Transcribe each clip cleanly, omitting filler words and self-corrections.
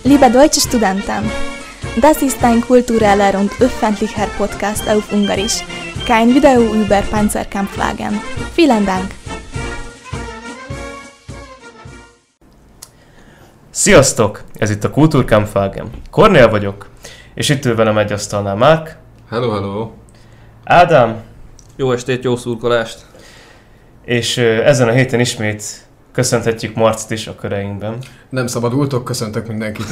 Liebe deutsche Studenten, das ist ein kultureller und öffentlicher Podcast auf Ungarisch. Kein Video über Panzerkampfwagen. Vielen Dank! Sziasztok! Ez itt a Kultúrkampfwagen. Kornél vagyok, és itt ül velem egy asztalnál Márk. Hello, hello! Ádám. Jó estét, jó szurkolást! És ezen a héten ismét köszönhetjük Marcit is a köreinkben. Nem szabadultok, köszöntök mindenkit!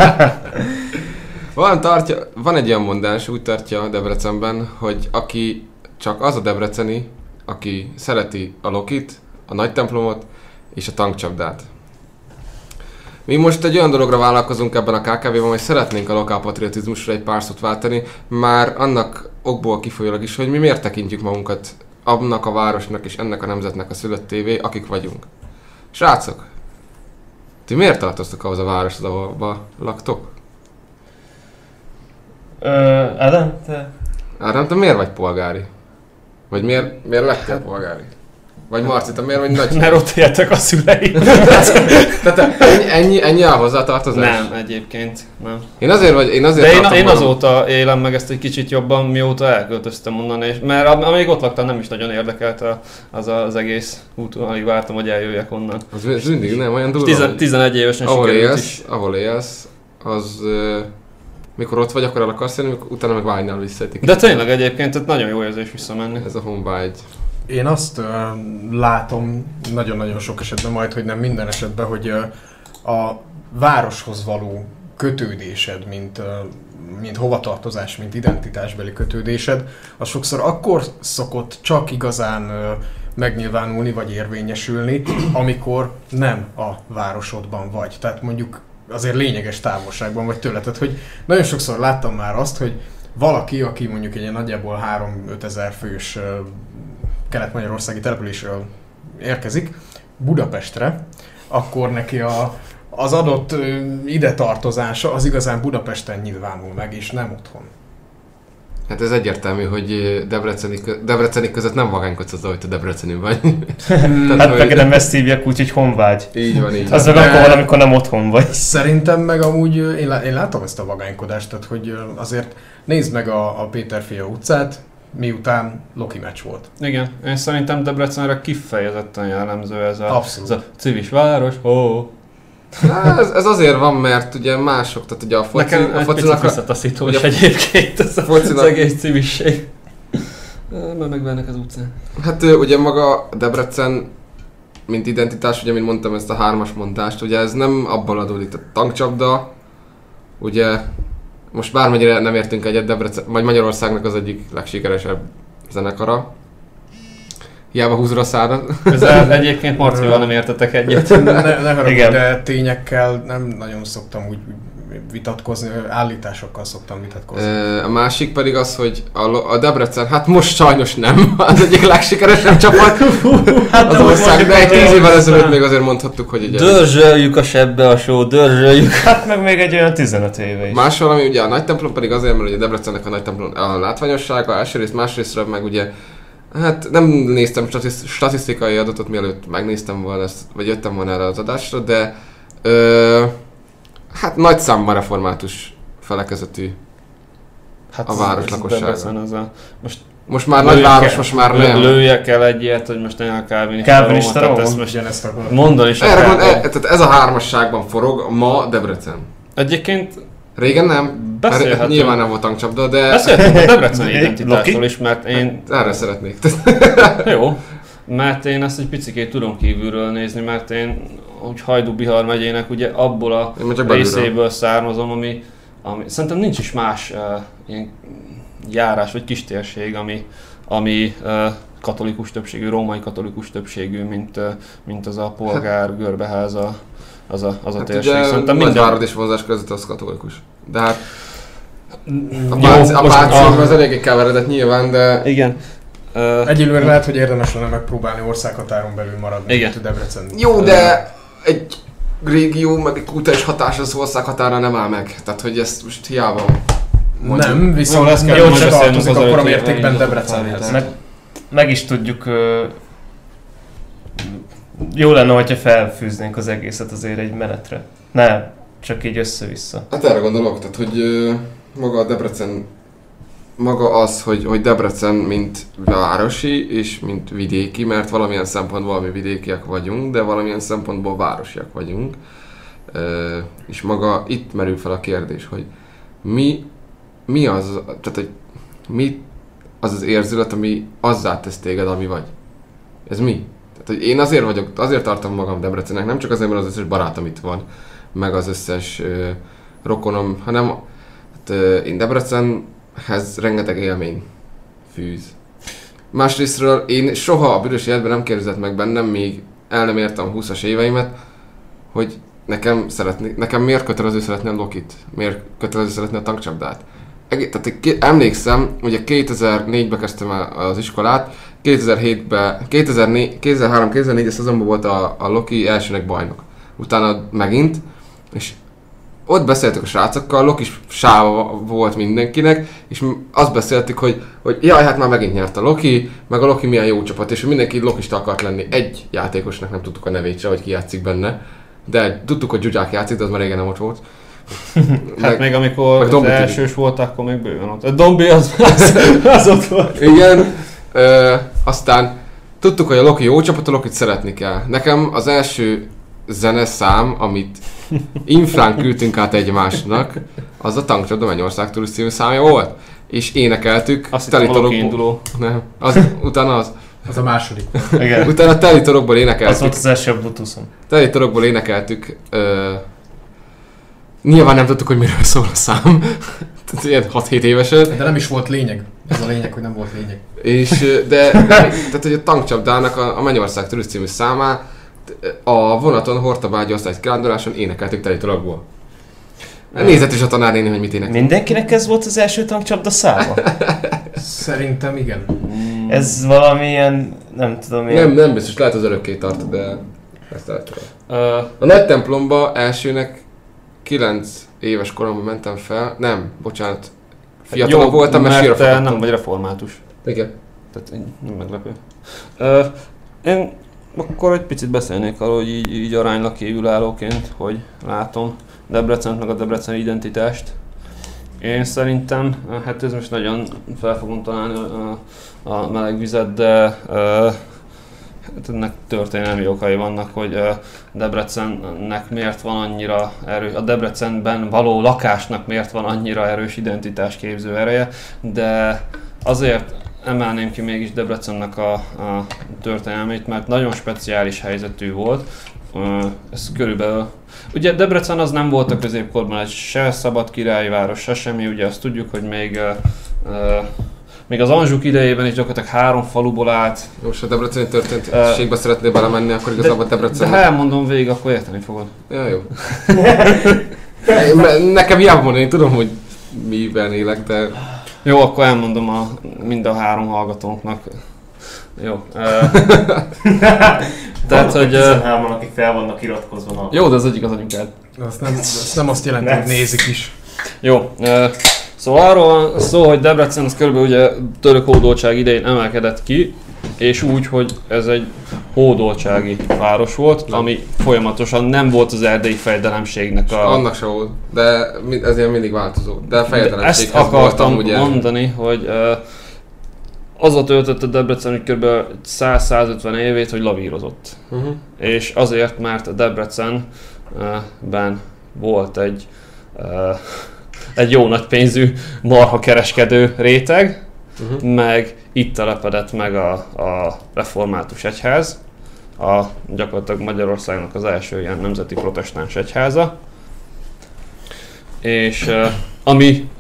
Van egy olyan mondás, úgy tartja Debrecenben, hogy aki csak az a debreceni, aki szereti a Lokit, a nagy templomot és a tankcsapdát. Mi most egy olyan dologra vállalkozunk ebben a KKV-ban, hogy szeretnénk a lokálpatriotizmusra egy pár szót váltani, már annak okból kifolyólag is, hogy mi miért tekintjük magunkat annak a városnak és ennek a nemzetnek a szülöttévé, akik vagyunk. Srácok, ti miért tartoztok ahhoz a városhoz, ahol laktok? Ádám, te? Ádám, te miért vagy polgári? Vagy miért lettél polgári? Vagy Marci, te miért vagy nagy? Mert ott éltek a szüleim. Tehát ennyi a hozzátartozás? Nem, egyébként nem. Én azért én azóta élem meg ezt egy kicsit jobban, mióta elköltöztem onnan, és mert amíg ott laktam, nem is nagyon érdekelt az egész út, alig vártam, hogy eljöjjek onnan. Az mindig nem olyan durva. 11 évesen sikerült is. Ahol élsz, az... mikor ott vagy, akkor el akarsz jönni, utána meg vágynál vissza. De tényleg egyébként, tehát nagyon jó érzés visszamenni. Ez a honvágy. Én azt látom nagyon-nagyon sok esetben, majd hogy nem minden esetben, hogy a városhoz való kötődésed, mint hovatartozás, mint identitásbeli kötődésed, az sokszor akkor szokott csak igazán megnyilvánulni vagy érvényesülni, amikor nem a városodban vagy. Tehát mondjuk azért lényeges távolságban vagy tőle. Tehát, hogy nagyon sokszor láttam már azt, hogy valaki, aki mondjuk egy nagyjából 3-5 ezer fős kelet-magyarországi településről érkezik Budapestre, akkor neki az adott ide tartozása az Budapesten nyilvánul meg, és nem otthon. Hát ez egyértelmű, hogy debreceni között nem vagánykodsz azzal, hogy te debreceni vagy. Hát neked nem ezt hívják úgy, hogy honvágy. Így van. Az meg akkor valamikor nem otthon vagy. Szerintem meg amúgy én látom ezt a vagánykodást, tehát hogy azért nézd meg a Péterfia utcát, miután Loki meccs volt. Igen, én szerintem Debrecenre kifejezetten jellemző ez a civis város. Ez azért van, mert ugye mások, tehát ugye a focinak... Nekem egy picit visszataszító is egyébként az egész civisség. Már megvernek az utcán. Hát ugye maga Debrecen, mint identitás, ugye mint mondtam ezt a 3-as mondást, ugye ez nem abból adódik, tehát tankcsapda, ugye most bármennyire nem értünk egyet, Debrecen, vagy Magyarországnak az egyik legsikeresebb zenekara. Hiába húzod a szádat. Ezzel egyébként Marcival nem értetek egyet. Ne haragudj, de tényekkel nem nagyon szoktam úgy vitatkozni, állításokkal szoktam vitatkozni. A másik pedig az, hogy a Debrecen, hát most sajnos nem, az egyik legsikeresebb csapat az ország, de egy 10 évvel ezelőtt még azért mondhattuk, hogy ugye... Dörzsöljük a sebbe a só, dörzsöljük. Hát meg még egy olyan 15 éve is. Más valami, ugye a nagy templom pedig azért, mert ugye Debrecennek a nagy templom a látványossága, elsőrészt, másrésztről meg ugye hát nem néztem statisztikai adatot, mielőtt megnéztem volna ezt, vagy jöttem volna erre az adásra, de hát nagy számban református felekezetű a város lakossága. Most már nagy város, most már nem. Lőjek el egy ilyet, hogy most én a Calvinista Róma, ezt most mondani is tehát ez a 3-asságban forog ma Debrecen. Egyébként régen nem, mert nyilván nem volt tankcsapda, de... Beszélhetünk a debreceni identitásról is, mert én... Erre szeretnék. Jó, mert én ezt egy picikét tudom kívülről nézni, mert én úgy Hajdú-Bihar megyének ugye abból a részéből származom, ami szerintem nincs is más ilyen járás vagy kistérség, ami katolikus többségű, római katolikus többségű, mint az a polgár görbeháza. Az a térség. Szerintem Nagyvárad és Vonzás között az katolikus. De hát a Páciumban az eléggé keveredett nyilván, de... Igen. Egyelőre lehet, hogy érdemes lenne megpróbálni országhatáron belül maradni, mint Debrecen. Jó, de egy régió, meg egy kulturális hatás az országhatára nem áll meg. Tehát, hogy ezt most hiába mondjuk. Nem, viszont ez kell, hogy tartozik akkora mértékben Debrecenhez. Meg is tudjuk... Jó lenne, hogyha felfűznénk az egészet azért egy menetre. Ne Csak így össze-vissza. Hát erre gondolok, tehát hogy maga a Debrecen, maga az, hogy Debrecen mint városi és mint vidéki, mert valamilyen szempontból mi vidékiek vagyunk, de valamilyen szempontból városiak vagyunk. És maga itt merül fel a kérdés, hogy mi az, tehát hogy mi az az érzület, ami azzá tesz téged, ami vagy. Ez mi? Tehát, hogy én azért tartom magam Debrecennek, nem csak azért, mert az összes barátom itt van, meg az összes rokonom, hanem hát, én Debrecenhez rengeteg élmény fűz. Másrésztről én soha a büdös életben nem kérdezett meg bennem, még el nem értem 20-as éveimet, hogy nekem miért kötelező szeretni a Lokit, miért kötelező szeretni a tankcsapdát. Tehát emlékszem, ugye 2004-ben kezdtem az iskolát, 2003-2004-es szezonban volt a Loki elsőnek bajnok. Utána megint, és ott beszéltük a srácokkal, Lokis sáva volt mindenkinek, és azt beszéltük, hogy jaj, hát már megint nyert a Loki, meg a Loki milyen jó csapat, és mindenki Lokista akart lenni. Egy játékosnak nem tudtuk a nevét se, hogy ki játszik benne, de tudtuk, hogy Zsuzsák játszik, de az már régen nem ott volt. Hát még amikor az elsős volt, akkor még bőven ott. A Dombi az ott volt. Igen. Aztán tudtuk, hogy a Loki jó csapat, a Lokit szeretni kell. Nekem az első zeneszám, amit infrán küldtünk át egymásnak, az a Tankcsapda Mennyország Turist című számja volt. És énekeltük. Azt hittem a Loki induló. Nem, utána az. Az a második. Igen. Utána teli torokból énekeltük. Az volt az első Bluetooth-on. Teli torokból énekeltük. Nyilván nem tudtuk, hogy miről szól a szám. Tehát ilyen 6-7 évesen. De nem is volt lényeg. Ez a lényeg, hogy nem volt lényeg. És, tehát hogy a Tankcsapdának a Mennyország Turist című számá a vonaton Hortobágyi osztály kiránduláson énekeltük teli torokból. Nézett is a tanárnéni, hogy mit énekel. Mindenkinek ez volt az első Tankcsapda száma? Szerintem igen. Ez valamilyen, nem tudom ilyen... Nem biztos, lehet az örökké tart, de ezt eltudom. A nagy templomba elsőnek 9 éves koromban mentem fel. Nem, bocsánat. Fiatalabb voltam, mert sírva fogadtam. Nem vagy református. Igen. Tehát nem meglepő. Én akkor egy picit beszélnék arról, hogy így aránylag kívülállóként, hogy látom Debrecent, meg a debreceni identitást. Én szerintem, hát ez most nagyon fel fogom találni a meleg vizet, de ennek történelmi okai vannak, hogy Debrecennek miért van annyira erős, a Debrecenben való lakásnak miért van annyira erős identitásképző ereje, de azért emelném ki mégis Debrecennek a történelmét, mert nagyon speciális helyzetű volt. Ez körülbelül... Ugye Debrecen az nem volt a középkorban egy se szabad királyi város, se semmi, ugye azt tudjuk, hogy még az Anjouk idejében is gyakorlatilag 3 faluból állt. Most a debreceni történetségbe szeretnél belemenni, akkor igazából Debrecen... De ha elmondom végig, akkor érteni fogod. Ja, jó. Nekem hiába mondani, én tudom, hogy miben élek, de... Jó, akkor elmondom mind a 3 hallgatónknak. Jó. Tehát, hogy... 13-an, akik fel vannak iratkozva. Jó, de az egyik az anyukád. Azt nem azt jelenti, hogy nézik is. Jó. Szóval arról van szó, hogy Debrecen az körülbelül ugye török hódoltság idején emelkedett ki, és úgy, hogy ez egy hódoltsági város volt, ami folyamatosan nem volt az erdélyi fejedelemségnek a... Annak se volt, de ez ilyen mindig változó. De a fejedelemséghez ezt akartam mondani, hogy azzal töltötte Debrecen, hogy kb. 100-150 évét, hogy lavírozott. És azért, mert Debrecenben volt egy jó nagy pénzű marha kereskedő réteg, meg itt telepedett meg a református egyház, gyakorlatilag Magyarországnak az első ilyen nemzeti protestáns egyháza, és ami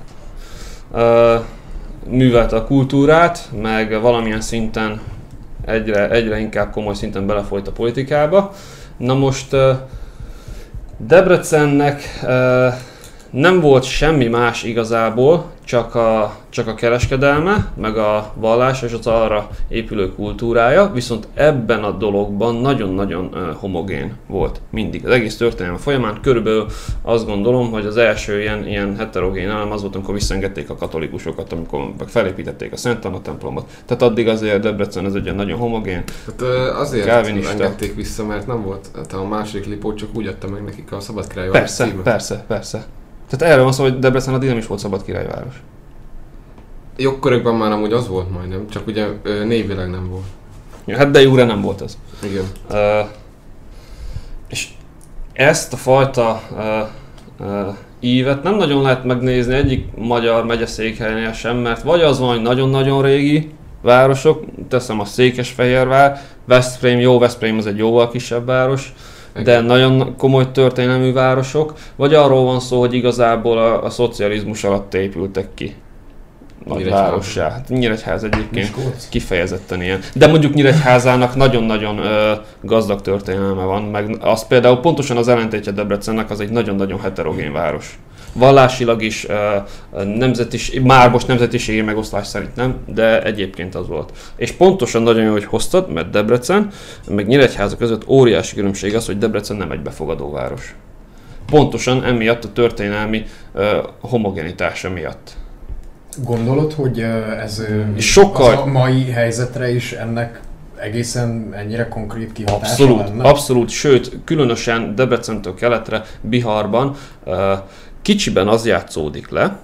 művelte a kultúrát, meg valamilyen szinten egyre inkább komoly szinten belefolyt a politikába. Na most Debrecennek nem volt semmi más igazából, csak a kereskedelme, meg a vallás és az arra épülő kultúrája, viszont ebben a dologban nagyon-nagyon homogén volt mindig. Az egész történelem folyamán körülbelül azt gondolom, hogy az első ilyen heterogén elem az volt, amikor visszaengedték a katolikusokat, amikor felépítették a Szent Anna templomot. Tehát addig azért Debrecen ez egy ilyen nagyon homogén. Hát azért engedték vissza, mert nem volt. Hát a második Lipót csak úgy adta meg nekik a Szabad Királyváros címet. Persze. Tehát erről van szó, hogy Debrecen addig nem is volt szabad királyváros. Jogkörökben már amúgy az volt majdnem, csak ugye névvileg nem volt. Ja, hát de jóra nem volt az. Igen. És ezt a fajta ívet nem nagyon lehet megnézni egyik magyar megyeszékhelynél sem, mert vagy az van, hogy nagyon-nagyon régi városok, teszem a Székesfehérvár, Veszprém az egy jóval kisebb város, de nagyon komoly történelmű városok, vagy arról van szó, hogy igazából a szocializmus alatt épültek ki nagyvárossá. Hát Nyíregyháza egyébként kifejezetten ilyen. De mondjuk Nyíregyházának nagyon-nagyon gazdag történelme van, meg az például pontosan az ellentétje Debrecennek, az egy nagyon-nagyon heterogén város. Vallásilag is, már most nemzetiségi megoszlás szerint nem, de egyébként az volt. És pontosan nagyon jó, hogy hoztad, mert Debrecen, meg Nyíregyháza között óriási különbség az, hogy Debrecen nem egy befogadó város. Pontosan emiatt a történelmi homogenitása miatt. Gondolod, hogy ez sokkal... az a mai helyzetre is ennek egészen ennyire konkrét kihatása lenne? Abszolút, sőt, különösen Debrecentől keletre, Biharban kicsiben az játszódik le,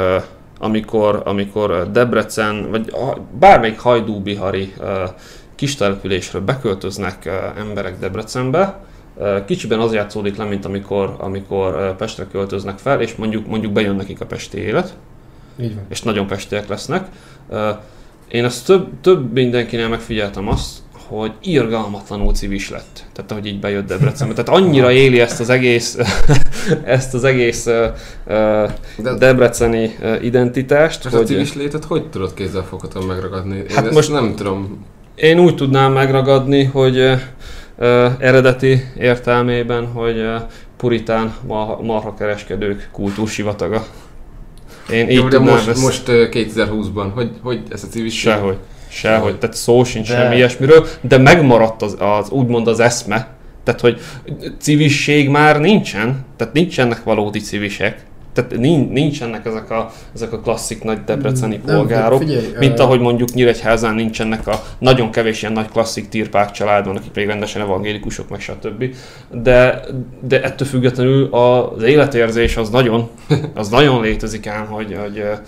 amikor Debrecen, vagy bármelyik hajdú-bihari kistelepülésről beköltöznek emberek Debrecenbe, kicsiben az játszódik le, mint amikor Pestre költöznek fel, és mondjuk bejön nekik a pesti élet, és nagyon pestiek lesznek. Én ezt több mindenkinél megfigyeltem azt, hogy irgalmatlanul civis lett. Tehát ahogy így bejött Debrecenbe. Tehát annyira éli ezt az egész debreceni identitást, hogy... a civis létet hogy tudod kézzelfoghatóan megragadni? Én hát most nem tudom. Én úgy tudnám megragadni, hogy eredeti értelmében, hogy puritán marhakereskedők kultúrsivataga. Én így tudnám most 2020-ban, hogy ez a civis... Sehogy, tehát szó sincs semmi ilyesmiről, de megmaradt az úgymond az eszme, tehát hogy civisség már nincsen, tehát nincsenek valódi civisek, tehát nincsenek ezek a klasszik nagy debreceni polgárok, mint ahogy mondjuk Nyíregyházán nincsenek a nagyon kevés ilyen nagy klasszik tirpák családban, akik még rendesen evangélikusok, meg stb. De ettől függetlenül az életérzés az nagyon létezik ám, hogy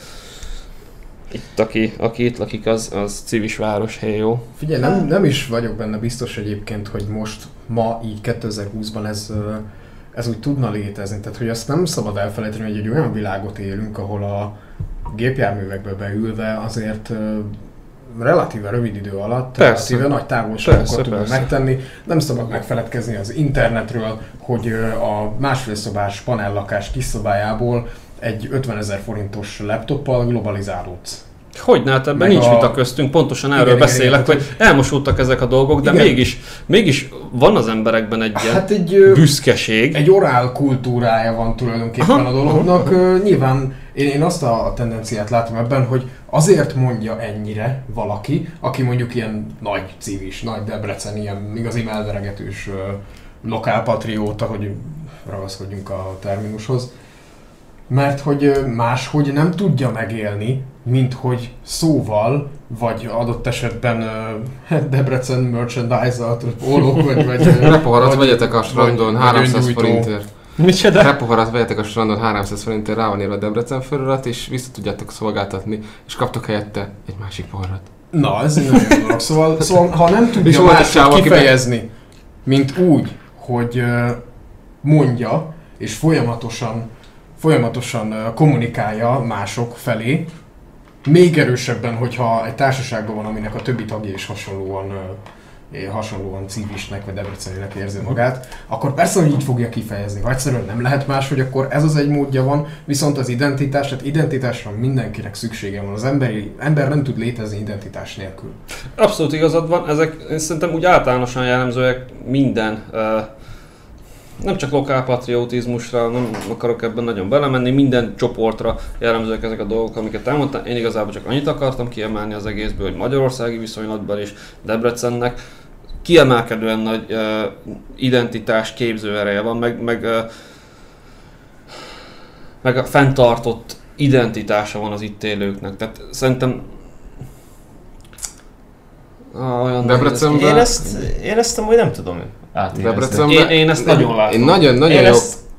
itt, aki itt lakik, az civis város, hey jó. Figyelj, nem is vagyok benne biztos egyébként, hogy most, ma, így 2020-ban ez úgy tudna létezni. Tehát, hogy azt nem szabad elfelejteni, hogy egy olyan világot élünk, ahol a gépjárművekbe beülve azért relatíve rövid idő alatt, relatíve nagy távolságokat tudunk megtenni. Nem szabad megfeledkezni az internetről, hogy a másfél szobás panellakás kis szobájából egy 50 000 forintos laptoppal globalizálódsz. Hogyne, hát ebben nincs vita köztünk, pontosan erről beszélek, hogy elmosódtak ezek a dolgok, de mégis van az emberekben egy ilyen büszkeség. Egy orál kultúrája van tulajdonképpen a dolognak. Nyilván én azt a tendenciát látom ebben, hogy azért mondja ennyire valaki, aki mondjuk ilyen nagy civis, nagy Debrecen, ilyen igazi melveregetős lokálpatrióta, hogy ragaszkodjunk a terminushoz, mert hogy máshogy nem tudja megélni, mint hogy szóval, vagy adott esetben Debrecen merchandise-al, pólók, vagy repoharat vegyetek a strandon 300 forintért. Micsoda? Repoharat vegyetek a strandon 300 forintért, rá van írva a Debrecen felirat, és vissza tudjátok szolgáltatni, és kaptok helyette egy másik poharat. Na, ez egy nagyon dolog. Szóval ha nem tudja máshogy kifejezni, mint úgy, hogy mondja, és folyamatosan kommunikálja mások felé, még erősebben, hogyha egy társaságban van, aminek a többi tagja is hasonlóan civisnek vagy debreceninek érzi magát, akkor persze, hogy így fogja kifejezni. Ha egyszerűen nem lehet más, hogy akkor ez az egy módja van, viszont az identitásra mindenkinek szüksége van. Az ember nem tud létezni identitás nélkül. Abszolút igazad van, ezek szerintem úgy általánosan jellemzőek minden nem csak lokálpatriotizmusra, nem akarok ebben nagyon belemenni, minden csoportra jellemzőek ezek a dolgok, amiket elmondtam. Én igazából csak annyit akartam kiemelni az egészből, hogy magyarországi viszonylatban is Debrecennek kiemelkedően nagy identitás képző ereje van, meg a fenntartott identitása van az itt élőknek. Tehát szerintem Debrecenben... Én ezt amúgy nem tudom átérezni. Én ezt nagyon látom. Én nagyon jó...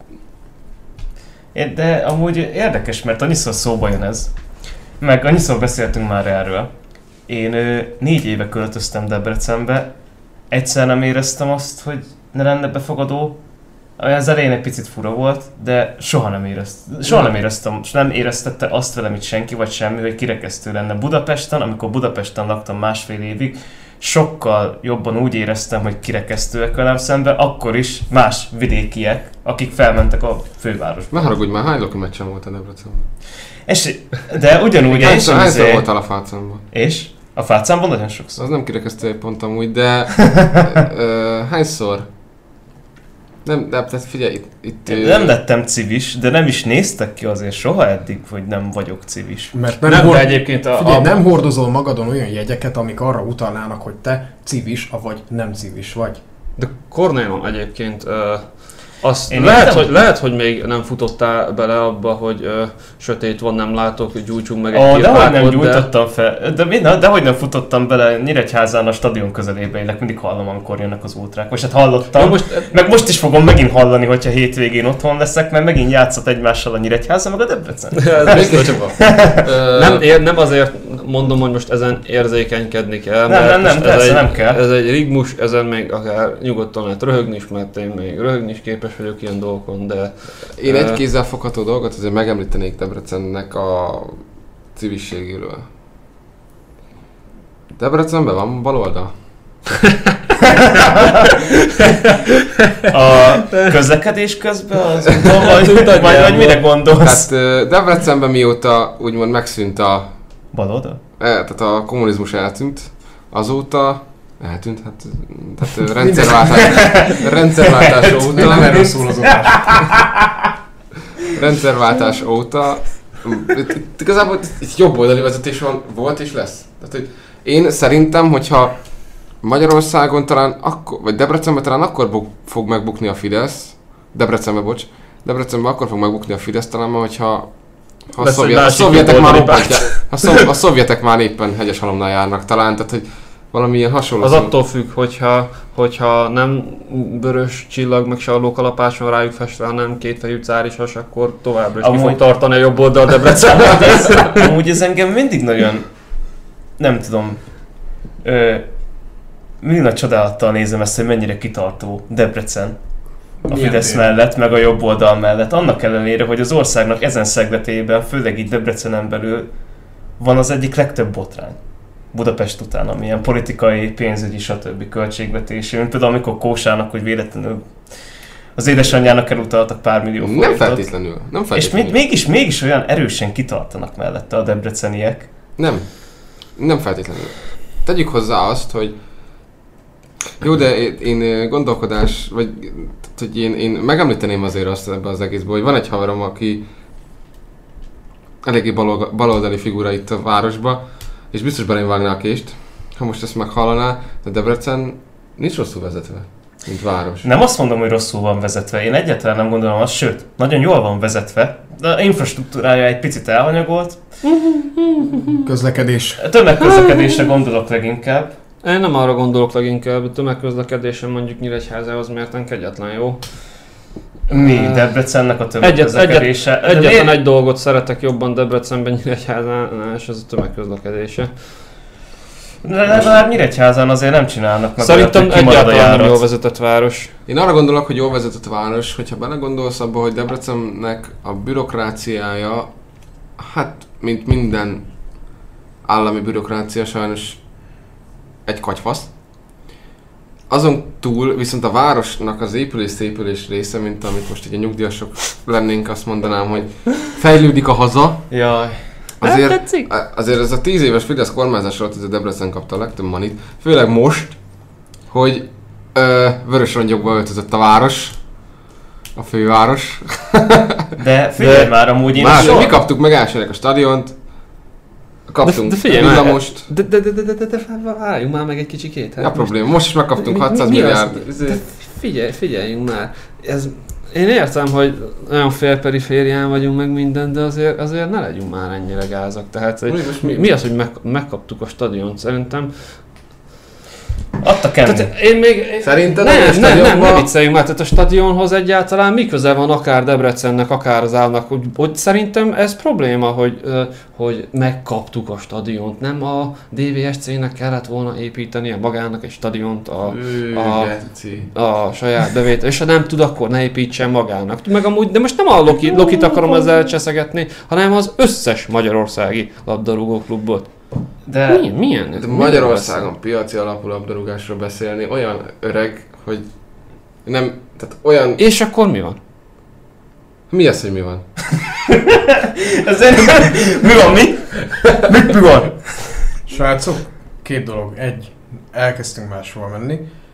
De amúgy érdekes, mert annyiszor szóba jön ez. Meg annyiszor beszéltünk már erről. Én 4 éve költöztem Debrecenbe. Egyszer nem éreztem azt, hogy ne lenne befogadó. Az elején egy picit fura volt, de soha nem éreztem, és nem éreztette azt velem itt senki vagy semmi, hogy kirekesztő lenne. Budapesten, amikor Budapesten laktam 1,5 évig, sokkal jobban úgy éreztem, hogy kirekesztőek velem szemben, akkor is más vidékiek, akik felmentek a fővárosba. Ne haragudj már, hány Loki meccsen volt a Debrecenben? De ugyanúgy én sem hányszor voltál a Fácánban? És? A Fácánban nagyon sokszor. Az nem kirekesztő egy pont amúgy, de hányszor? Nem, tehát figyelj, itt nem lettem civis, de nem is néztek ki azért soha eddig, hogy nem vagyok civis. Mert de egyébként nem hordozol magadon olyan jegyeket, amik arra utalnának, hogy te civis, vagy nem civis vagy. De Kornélon egyébként azt lehet, hogy még nem futottál bele abba, hogy sötét van, nem látok, hogy gyújtsunk meg egy dehogy nem gyújtottam fel. Dehogy nem futottam bele, Nyíregyházán a stadion közelébe élek, mindig hallom, amikor jönnek az ultrák. Most hát hallottam, meg most is fogom megint hallani, hogyha hétvégén otthon leszek, mert megint játszott egymással a Nyíregyháza, meg a Debrecen. Nem azért mondom, hogy most ezen érzékenykedni kell, nem kell. Ez egy rigmus, ezen még akár nyugodtan lehet röhögni is, mert én még röhögni is képes vagyok ilyen dolgokon, de... Én egy kézzelfogható dolgot azért megemlítenék Debrecennek a civisségéről. Debrecenben van baloldal? A közlekedés közben az vagy mire gondolsz? Tehát Debrecenben mióta úgymond megszűnt a... Baloldal? Tehát a kommunizmus eltűnt, azóta eltűnt, tehát rendszerváltás óta... Nem erről szól az adás. Rendszerváltás óta... Igazából itt jobboldali vezetés volt és lesz. Tehát, hogy én szerintem, hogyha Magyarországon talán akkor, vagy Debrecenben talán akkor fog megbukni a Fideszben akkor fog megbukni a Fidesz talán, hogyha a szovjetek már éppen Hegyeshalomnál járnak talán, tehát hogy valamilyen hasonló. Az attól függ, hogyha nem vörös csillag meg sallókalapás van rájuk festve, hanem kétfejű cárisas, akkor továbbra is ki fog tartani a jobb oldal Debrecenben. Amúgy ez engem mindig nagyon, nem tudom, mindig nagy csodálattal nézem ezt, hogy mennyire kitartó Debrecen a Fidesz mellett, meg a jobb oldal mellett. Annak ellenére, hogy az országnak ezen szegletében, főleg itt Debrecenen belül van az egyik legtöbb botrány. Budapest után, amilyen politikai, pénzügyi, stb. Költségvetési, mint például amikor Kósának, hogy véletlenül az édesanyjának elutaltak pár millió forintot. Nem feltétlenül. És mégis olyan erősen kitartanak mellette a debreceniek. Nem feltétlenül. Tegyük hozzá azt, hogy jó, de én gondolkodás, vagy hogy én megemlíteném azért azt ebben az egészben, hogy van egy haverom, aki eléggé baloldali figura itt a városba, és biztos belém vágná a kést, ha most ezt meghallaná, de Debrecen nincs rosszul vezetve, mint város. Nem azt mondom, hogy rosszul van vezetve, én egyáltalán nem gondolom azt, sőt, nagyon jól van vezetve, de a infrastruktúrája egy picit elhanyagolt. Közlekedés. Tömegközlekedésre gondolok leginkább. Én nem arra gondolok leginkább, a tömegközlekedésen mondjuk Nyíregyházához mérten kegyetlen jó. Mi? Debrecennek a tömegközlekedése? Egyetlen egy dolgot szeretek jobban Debrecenben Nyíregyházán, és ez a tömegközlekedése. De legalább Nyíregyházán azért nem csinálnak meg. Szerintem egyáltalán nem jól vezetett város. Én arra gondolok, hogy jól vezetett város, hogyha belegondolsz abba, hogy Debrecennek a bürokráciája, hát mint minden állami bürokrácia sajnos egy katyfasz. Azon túl viszont a városnak az épülés része, mint amit most ugye nyugdíjasok lennénk, azt mondanám, hogy fejlődik a haza. Jaj. Azért ez a 10 éves Fidesz kormányzás alatt, ez a Debrecen kapta a legtöbb manit, főleg most, hogy vörös rongyokba öltözött a város, A főváros. De figyelj már, amúgy én már mi kaptuk meg elsőnek a stadiont. Kaptunk villamost. De álljunk már meg egy kicsikét. Hát, probléma, most is megkaptunk 600 milliárd. Figyeljünk már. Én értem, hogy nagyon félperiférián vagyunk meg minden, de azért ne legyünk már ennyire gázak. Tehát mi az, hogy megkaptuk a stadiont? Szerintem adtak enni. Én még... Szerinted nem vicceljünk már, tehát a stadionhoz egyáltalán mi köze van akár Debrecennek, akár az állnak, hogy szerintem ez probléma, hogy megkaptuk a stadiont. Nem a DVSC-nek kellett volna építenie magának egy stadiont a saját bevétel, és ha nem tud, akkor ne építsen magának. Meg amúgy, de most nem a Lokit akarom ezzel cseszegetni, hanem az összes magyarországi labdarúgó klubot. De milyen? De Magyarországon piaci alapú labdarúgásról beszélni olyan öreg, hogy nem, tehát olyan... És akkor mi van? Mi az, hogy mi van? Mi van, mi? Mi van? Srácok, két dolog. Egy, elkezdtünk máshol menni.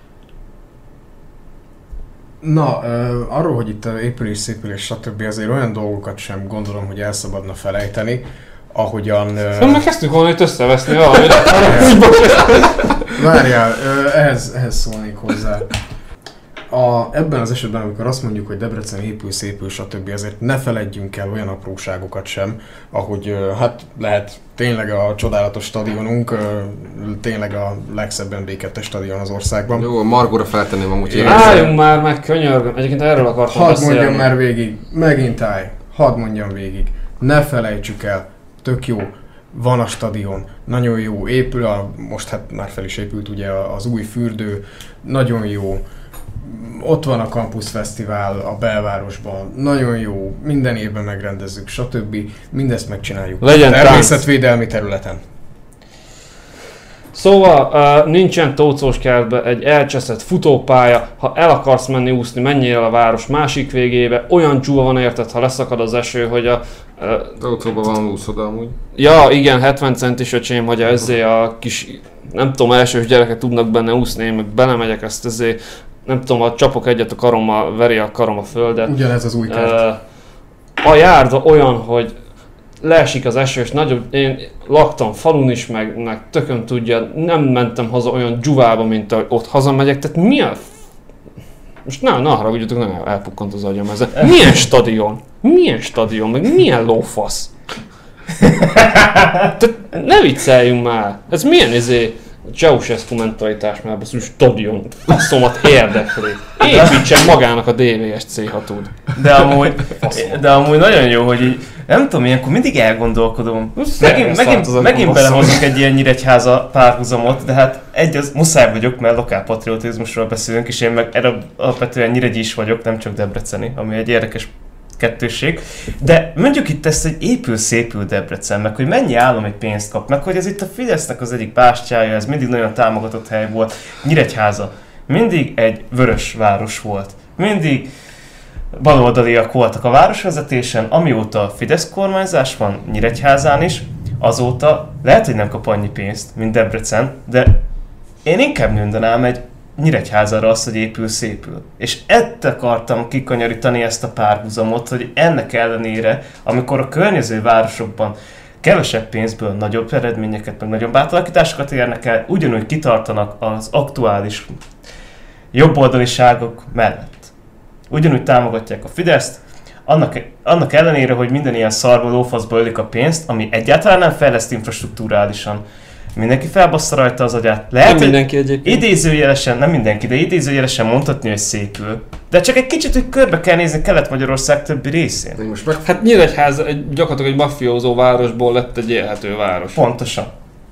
Na, arról, hogy itt épülés, szépülés, stb. Azért olyan dolgokat sem gondolom, hogy el szabadna felejteni, ahogyan... Meg kezdtük volna itt összeveszni valamit. Várjál, ehhez szólnék hozzá. Ebben az esetben, amikor azt mondjuk, hogy Debrecen épül, szépül, stb. Azért ne feledjünk el olyan apróságokat sem, ahogy hát lehet tényleg a csodálatos stadionunk, tényleg a legszebb MB2-es stadion az országban. Jó, Margóra feltenném amúgy. Álljunk már meg, könyörgöm. Egyébként erről akartam beszélni. Hadd mondjam már végig, megint állj, hadd mondjam végig. Ne felejtsük el, tök jó, van a stadion, nagyon jó, épül, most hát már fel is épült ugye az új fürdő, nagyon jó, ott van a Campus Fesztivál a belvárosban, nagyon jó, minden évben megrendezzük, stb. Mindezt megcsináljuk. Legyen természetvédelmi területen. Szóval nincsen Tóczós kertben egy elcseszett futópálya, ha el akarsz menni úszni, menjél el a város másik végébe, olyan csúva van érted, ha leszakad az eső, hogy a... Tóczóban van úszoda amúgy. Ja, igen, 70 centis öcsém, hogy ezért a kis, nem tudom, elsős gyerekek tudnak benne úszni, én meg belemegyek ezt ezért, nem tudom, ha csapok egyet a karommal, veri a karom a földet. Ugyanez az új kert. A járda olyan, hogy leesik az eső, és én laktam falun is, meg tököm tudja, nem mentem haza olyan dzsuvába, mint ahogy ott hazamegyek, tehát mi a... Most ne haragudjatok, nem elpukkant az agyam ezzel. Milyen stadion? Milyen stadion? Meg milyen lófasz? Tehát ne vicceljünk már! Ez milyen Ceausescu mentalitás már beszél, stadion, faszomat érdekli. Építsen magának a DVSC, ha tud. De amúgy nagyon jó, hogy így, nem tudom, ilyenkor mindig elgondolkodom. Megint belehozok egy ilyen Nyíregyháza párhuzamot, de hát muszáj vagyok, mert lokálpatriotizmusról beszélünk, és én meg alapvetően nyíregyi is vagyok, nem csak debreceni, ami egy érdekes kettősség. De mondjuk itt ezt, hogy épül-szépül Debrecen, meg hogy mennyi állami pénzt kap, meg hogy ez itt a Fidesznek az egyik bástyája, ez mindig nagyon támogatott hely volt. Nyíregyháza mindig egy vörös város volt. Mindig baloldaliak voltak a városvezetésen, amióta Fidesz kormányzás van Nyíregyházán is, azóta lehet, hogy nem kap annyi pénzt, mint Debrecen, de én inkább mondanám egy Nyíregyházára azt, hogy épül-szépül. És ezt akartam kikanyarítani ezt a párhuzamot, hogy ennek ellenére, amikor a környező városokban kevesebb pénzből nagyobb eredményeket, meg nagyobb átalakításokat érnek el, ugyanúgy kitartanak az aktuális jobboldaliságok mellett. Ugyanúgy támogatják a Fideszt, annak ellenére, hogy minden ilyen szarba lófaszba ölik a pénzt, ami egyáltalán nem fejleszt infrastruktúrálisan. Mindenki felbassza rajta az agyát. Lehet, nem mindenki egyébként. Idézőjelesen, nem mindenki, de idézőjelesen mondhatni, hogy szépül. De csak egy kicsit, hogy körbe kell nézni Kelet-Magyarország többi részén. Hát Nyíregyháza gyakorlatilag egy maffiózó városból lett egy élhető város. Pontosan.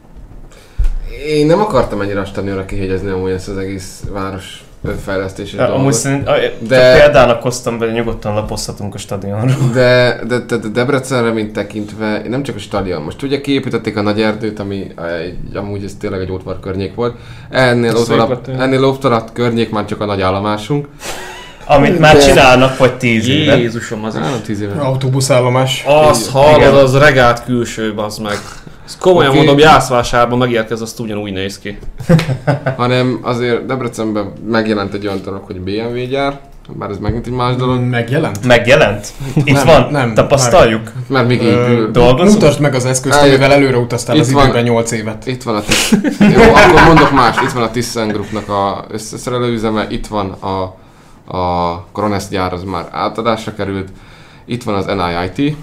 Én nem akartam ennyire a stadionra kihegyezni amúgy ezt az egész város fejlesztési dolgot. Amúgy szerint, de példának hoztam be, nyugodtan lapozhatunk a stadionról. De Debrecenre, mint tekintve, nem csak a stadion. Most ugye kiépítették a nagy erdőt, ami amúgy ez tényleg egy ótvar környék volt. Ennél ótvar környék már csak a nagy állomásunk. Amit már csinálnak, vagy 10 éve. Jézusom, az nem 10 éve. Autóbuszállomás. Azt hallod, az regált külső, bazd meg. Ezt komolyan mondom, Jászvásárban megérkez, azt ugyanúgy néz ki. Hanem azért Debrecenben megjelent egy olyan dolog, hogy BMW gyár, Bár ez megint egy más dolog. Megjelent? Itt van? Nem, tapasztaljuk? Mert még így dolgozunk? Mutasd meg az eszközt, amivel előre utaztál az időben 8 évet. Itt van jó, akkor mondok más. Itt van a ThyssenKruppnak a összeszerelőüzeme, itt van a Kronest gyár, az már átadásra került. Itt van az NIIT.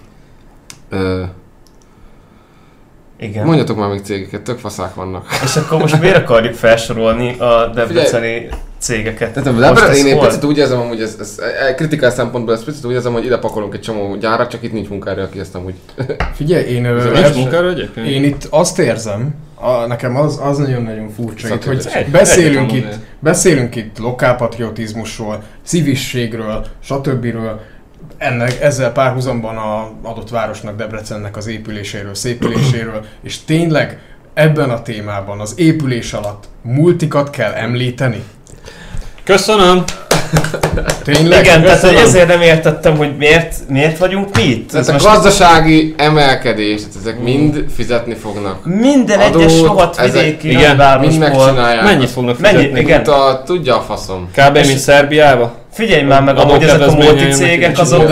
Igen. Mondjatok már még cégeket, tök faszák vannak. És akkor most miért akarjuk felsorolni a debreceni cégeket? Tehát én egy picit úgy érzem, hogy ez kritikál szempontból, ez picit úgy érzem, hogy ide pakolunk egy csomó gyárat, csak itt nincs munkára, aki ezt amúgy... Figyelj, én itt azt érzem, nekem az nagyon-nagyon furcsa itt, hogy beszélünk itt lokálpatriotizmusról, civisségről, stb. Ezzel párhuzamban az adott városnak, Debrecennek az épüléséről, szépüléséről, és tényleg ebben a témában az épülés alatt multikat kell említeni. Köszönöm! Tényleg? Igen, tehát ezért nem értettem, hogy miért vagyunk mi itt. Ez a gazdasági emelkedés, ezek mind fizetni fognak. Minden egyes rohadt vidéki városból. Mennyit fognak fizetni? Igen. Tudja a faszom. Kb. Mint Szerbiába? Figyelj már meg, ahogy ezek a multicégek azok...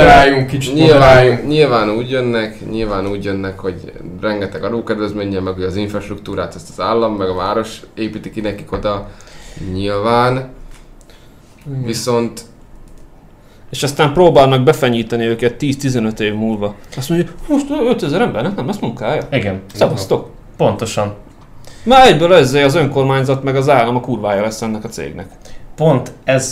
Nyilván úgy jönnek, hogy rengeteg adókedvezménnyel, meg az infrastruktúrát, ezt az állam, meg a város építi ki nekik oda. Nyilván. Viszont... És aztán próbálnak befenyíteni őket 10-15 év múlva. Azt mondja, most 5000 embernek nem lesz munkája. Igen. Szavaztok. Pontosan. Már egyből ezzel az önkormányzat meg az állam a kurvája lesz ennek a cégnek. Pont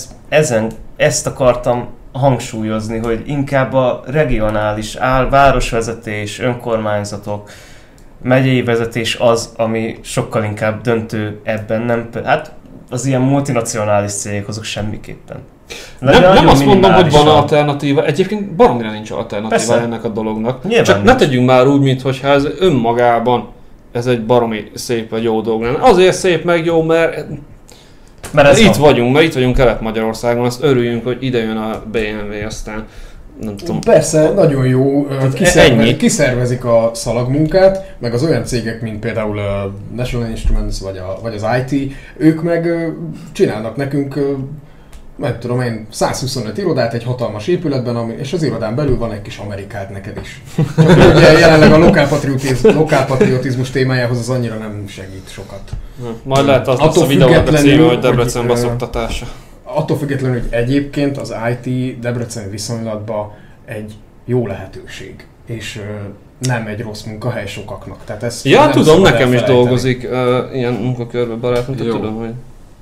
ezt akartam hangsúlyozni, hogy inkább a regionális városvezetés, önkormányzatok, megyei vezetés az, ami sokkal inkább döntő ebben, nem hát az ilyen multinacionális cégek azok semmiképpen. Nem azt mondom, hogy van alternatíva, egyébként baromira nincs alternatíva ennek a dolognak. Nyilván csak ne tegyünk már úgy, mintha ez önmagában ez egy baromi szép vagy jó dolog lenne. Azért szép meg jó, mert itt vagyunk Kelet-Magyarországon, azt örüljünk, hogy ide jön a BMW, aztán nem tudom. Persze, nagyon jó, kiszervezik a szalagmunkát, meg az olyan cégek, mint például a National Instruments vagy az IT, ők meg csinálnak nekünk, nem tudom én, 125 irodát egy hatalmas épületben, és az irodán belül van egy kis Amerikád neked is. Csak ugye jelenleg a lokálpatriotizmus témájához az annyira nem segít sokat. Majd lehet az lesz a videónak a címe, hogy Debrecen baszoktatása. Attól függetlenül, hogy egyébként az IT Debrecen viszonylatban egy jó lehetőség, és nem egy rossz munkahely sokaknak. Tehát ezt tudom, nekem is dolgozik ilyen munkakörben barátom, tudom, hogy...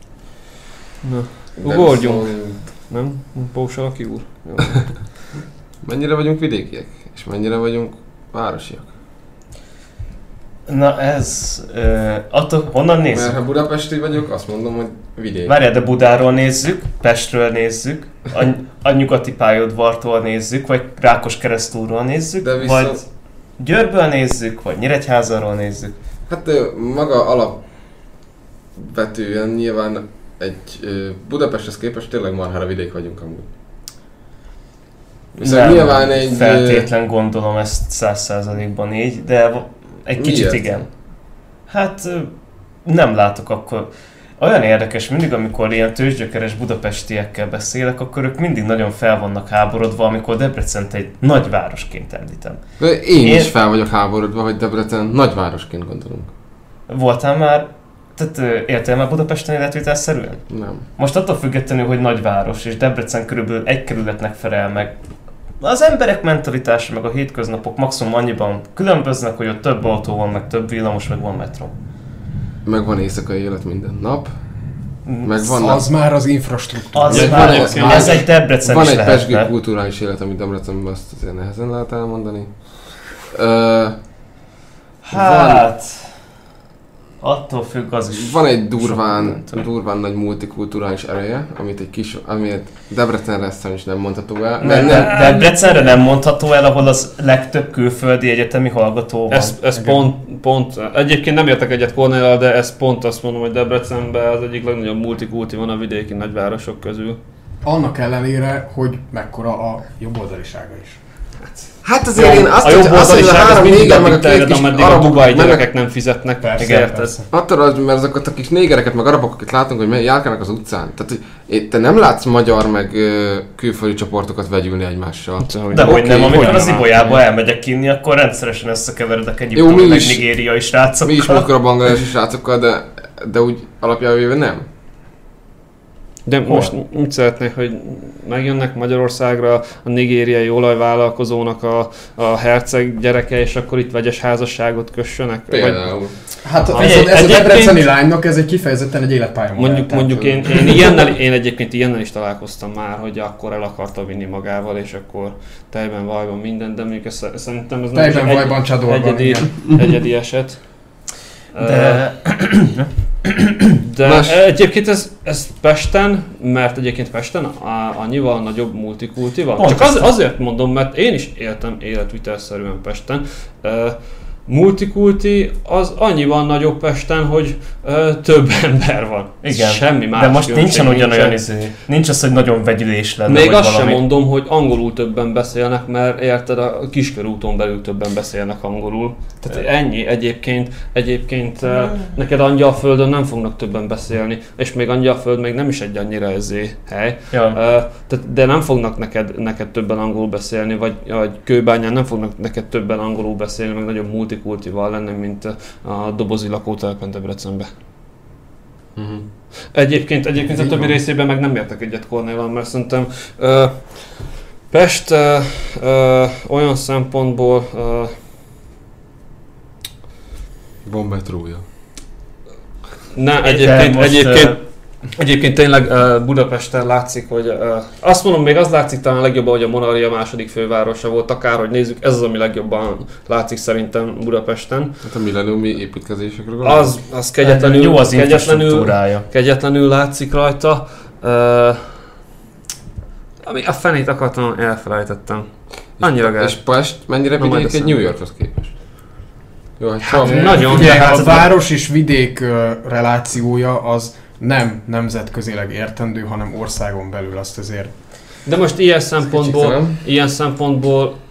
Na. Ugorjunk! Nem? Pósalaki úr? Mennyire vagyunk vidékiek? És mennyire vagyunk városiak? Na ez... honnan nézzük? Mert ha budapesti vagyok, azt mondom, hogy vidék. Várjál, de Budáról nézzük, Pestről nézzük, a nyugati pályaudvartól nézzük, vagy Rákoskeresztúról nézzük, vagy Győrből nézzük, vagy Nyíregyházáról nézzük. Hát maga alapvetően nyilván Budapesthez képest tényleg marhára vidék vagyunk amúgy. Nem nyilván feltétlen gondolom ezt 100%-ban így, de egy kicsit igen. Hát nem látok akkor. Olyan érdekes, mindig amikor ilyen tőzsgyökeres budapestiekkel beszélek, akkor ők mindig nagyon fel vannak háborodva, amikor Debrecent egy nagyvárosként említem. Én is fel vagyok háborodva, hogy Debrecen nagyvárosként gondolunk. Voltál már? Tehát éltél már Budapesten életvitelszerűen? Nem. Most attól függetlenül, hogy nagyváros, és Debrecen körülbelül egy kerületnek felel meg. Az emberek mentalitása, meg a hétköznapok maximum annyiban különböznek, hogy ott több autó van, meg több villamos, meg van metró. Meg van éjszakai élet minden nap. Meg vannak... Az már az infrastruktúra. Ez egy Debrecen van is egy lehetne. pesgő kulturális élet, amit Debrecenben azt azért nehezen lehet elmondani. Attól függ az is. Van egy durván nagy multikulturális ereje, amit Debrecenre is nem mondható el. Debrecenre nem mondható el, ahol az legtöbb külföldi egyetemi hallgató van. Ez pont. Egyébként nem értek egyet Kornéllal, de ez pont azt mondom, hogy Debrecenben az egyik legnagyobb multikulti van a vidéki nagyvárosok közül. Annak ellenére, hogy mekkora a jobboldalisága is. Hát azért én azt hogy a 3 néger meg a két kis arabok gyerekek nem fizetnek. Persze. Attól, mert azokat a kis négereket meg arabok, akik látunk, hogy járkálnak az utcán. Tehát te nem látsz magyar meg külföldi csoportokat vegyülni egymással. De hogy nem, amikor az Ibolyába elmegyek inni, akkor rendszeresen összekeveredek egyiptomi meg nigériai srácokkal. Mi is múltkor a bangladesi srácokkal, de úgy alapjában véve nem. De most úgy szeretnék, hogy megjönnek Magyarországra a nigériai olajvállalkozónak a herceg gyereke, és akkor itt vegyes házasságot kössönek? Például. Hát ez a debreceni lánynak ez egy kifejezetten egy életpályamodell. Mondjuk én egyébként ilyennel is találkoztam már, hogy akkor el akarta vinni magával, és akkor tejben, vajban minden, de mondjuk szerintem ez tejben, vajban, csadorban, egyedi eset. De egyébként ez Pesten, mert egyébként Pesten annyival nagyobb multikulti van. Csak azért mondom, mert én is éltem életvitelszerűen Pesten. Multikulti az annyival nagyobb Pesten, hogy több ember van. Igen, semmi más. De most nincsen ugyanolyan nincs az, hogy nagyon vegyülés lenne. Még azt sem mondom, hogy angolul többen beszélnek, mert érted, a Kiskörúton belül többen beszélnek angolul. Tehát ennyi. Egyébként neked Angyalföldön nem fognak többen beszélni, és még Angyalföld még nem is egy annyira hely. Ja. De nem fognak neked többen angolul beszélni, vagy Kőbányán nem fognak neked többen angolul beszélni, meg nagyobb multikultival lenni, mint a dobozi lakótelepen Debrecenbe. Uh-huh. Egyébként a többi részében meg nem értek egyet Kornéllal, mert szerintem Pest olyan szempontból Bombetrója. Egyébként tényleg Budapesten látszik, hogy azt mondom, még az látszik talán legjobban, hogy a Monarchia második fővárosa volt, akárhogy nézzük, ez az, ami legjobban látszik szerintem Budapesten. Hát a millenniumi építkezésekről gondolom? Az kegyetlenül látszik rajta. Ami a fenét akartam, elfelejtettem. Annyira gáz. És Pest mennyire vidék egy New Yorkhoz képest? Jó, hát nagyon. Ugye, a város és vidék relációja az nem nemzetközileg értendő, hanem országon belül, azt azért. De most ilyen szempontból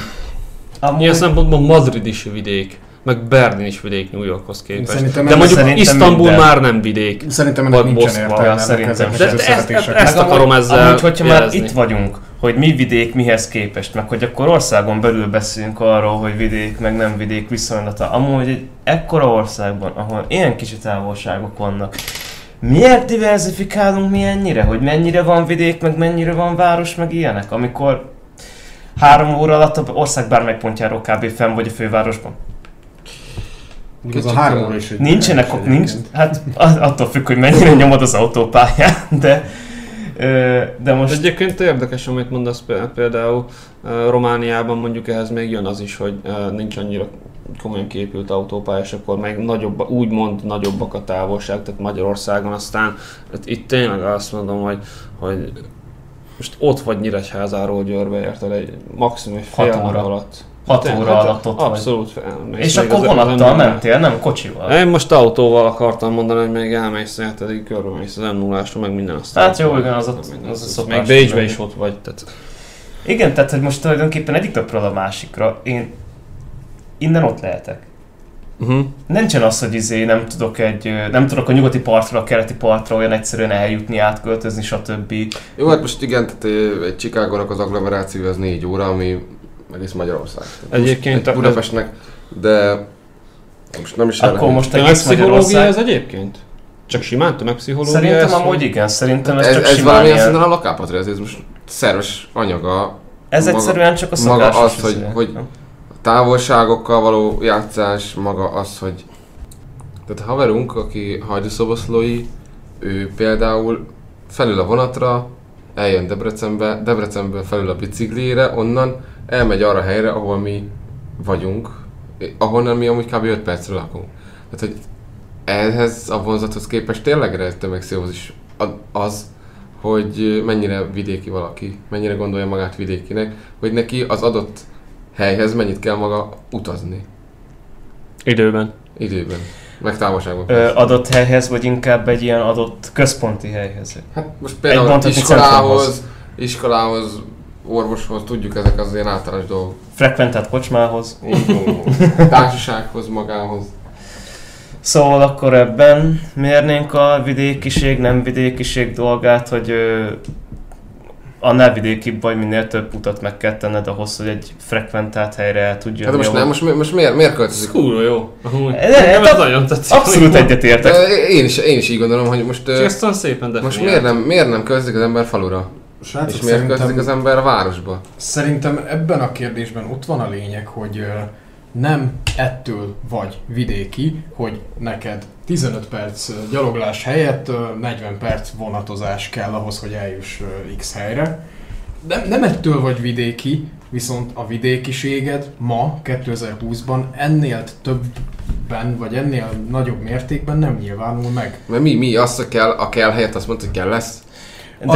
Madrid is vidék, meg Berlin is vidék New Yorkhoz képest. De mondjuk Isztambul már nem vidék. Szerintem ennek nincsen értelme. Ezt akarom ezzel amúgy, hogyha már itt vagyunk, hogy mi vidék mihez képest, meg hogy akkor országon belül beszélünk arról, hogy vidék meg nem vidék viszonylata. Amúgy egy ekkora országban, ahol ilyen kicsi távolságok vannak, miért diverzifikálunk mi ennyire? Hogy mennyire van vidék, meg mennyire van város, meg ilyenek? Amikor 3 óra alatt az ország bármely pontjáról kb. Fenn vagy a fővárosban. Az a 3 óra is nincsenek, hát attól függ, hogy mennyire nyomod az autópályán, de most... Egyébként érdekes, amit mondasz, például Romániában mondjuk ehhez még jön az is, hogy nincs annyira komolyan képült autópálya, és akkor meg úgymond nagyobbak a távolság, tehát Magyarországon aztán itt tényleg azt mondom, hogy most ott vagy Nyíregyházáról Győrbe, érted, egy maximum fél óra alatt. 6 óra alatt ott abszolút vagy. És akkor vonattal mentél, nem kocsival? Én most autóval akartam mondani, hogy még elmész, érted, körbemész az M0-ásra, meg minden aztán. Hát jó, igen, az a szokás. Még Bécsbe is ott vagy, tehát. Igen, tehát hogy most tulajdonképpen egyik napról a másikra én innen ott lehetek. Nincsen az, hogy nem tudok a nyugati partra, a keleti partra olyan egyszerűen eljutni, átköltözni, stb. Jó, hát most igen, tehát egy Chicagónak az agglomeráció az 4 óra, ami egész Magyarország. Egyébként Budapestnek, de most nem is akkor most egész Magyarország. Ez egyébként? Csak simán tömegpszichológia? Szerintem amúgy igen, szerintem ez csak simán. Ez valamilyen szinten a lokálpatriotizmus szerves anyaga. Ez egyszerűen csak a szokásos. Maga az, hogy a távolságokkal való játszás, maga az, hogy... Tehát a haverunk, aki hajdúszoboszlói, ő például felül a vonatra, eljön Debrecenbe, Debrecenből felül a biciklire, onnan elmegy arra a helyre, ahol mi vagyunk, ahonnan mi amúgy kb. 5 percre lakunk. Tehát, hogy ehhez a vonzathoz képest tényleg tömegpszichózis az, hogy mennyire vidéki valaki, mennyire gondolja magát vidékinek, hogy neki az adott helyhez mennyit kell maga utazni. Időben. Meg távolságban. Adott helyhez, vagy inkább egy ilyen adott központi helyhez? Hát most például iskolához orvoshoz, tudjuk, ezek az ilyen általános dolgok. Frekventált kocsmához. Társasághoz, magához. Szóval akkor ebben mérnénk a vidékiség, nem vidékiség dolgát, hogy annál vidékibb vagy, minél több utat meg kell tenned ahhoz, hogy egy frekventált helyre el tudja. Hát most miért költözik? Kurva jó. Nagyon tetszik. Abszolút egyetértek. Én is így gondolom, hogy most... Csak szépen most miért nem költözik az ember falura? Srácok, és miért költözik az ember a városba? Szerintem ebben a kérdésben ott van a lényeg, hogy nem ettől vagy vidéki, hogy neked 15 perc gyaloglás helyett 40 perc vonatozás kell ahhoz, hogy eljuss X helyre. Nem ettől vagy vidéki, viszont a vidékiséged ma, 2020-ban ennél többben, vagy ennél nagyobb mértékben nem nyilvánul meg. Mert mi azt a kell helyett azt mondta, hogy kell lesz? De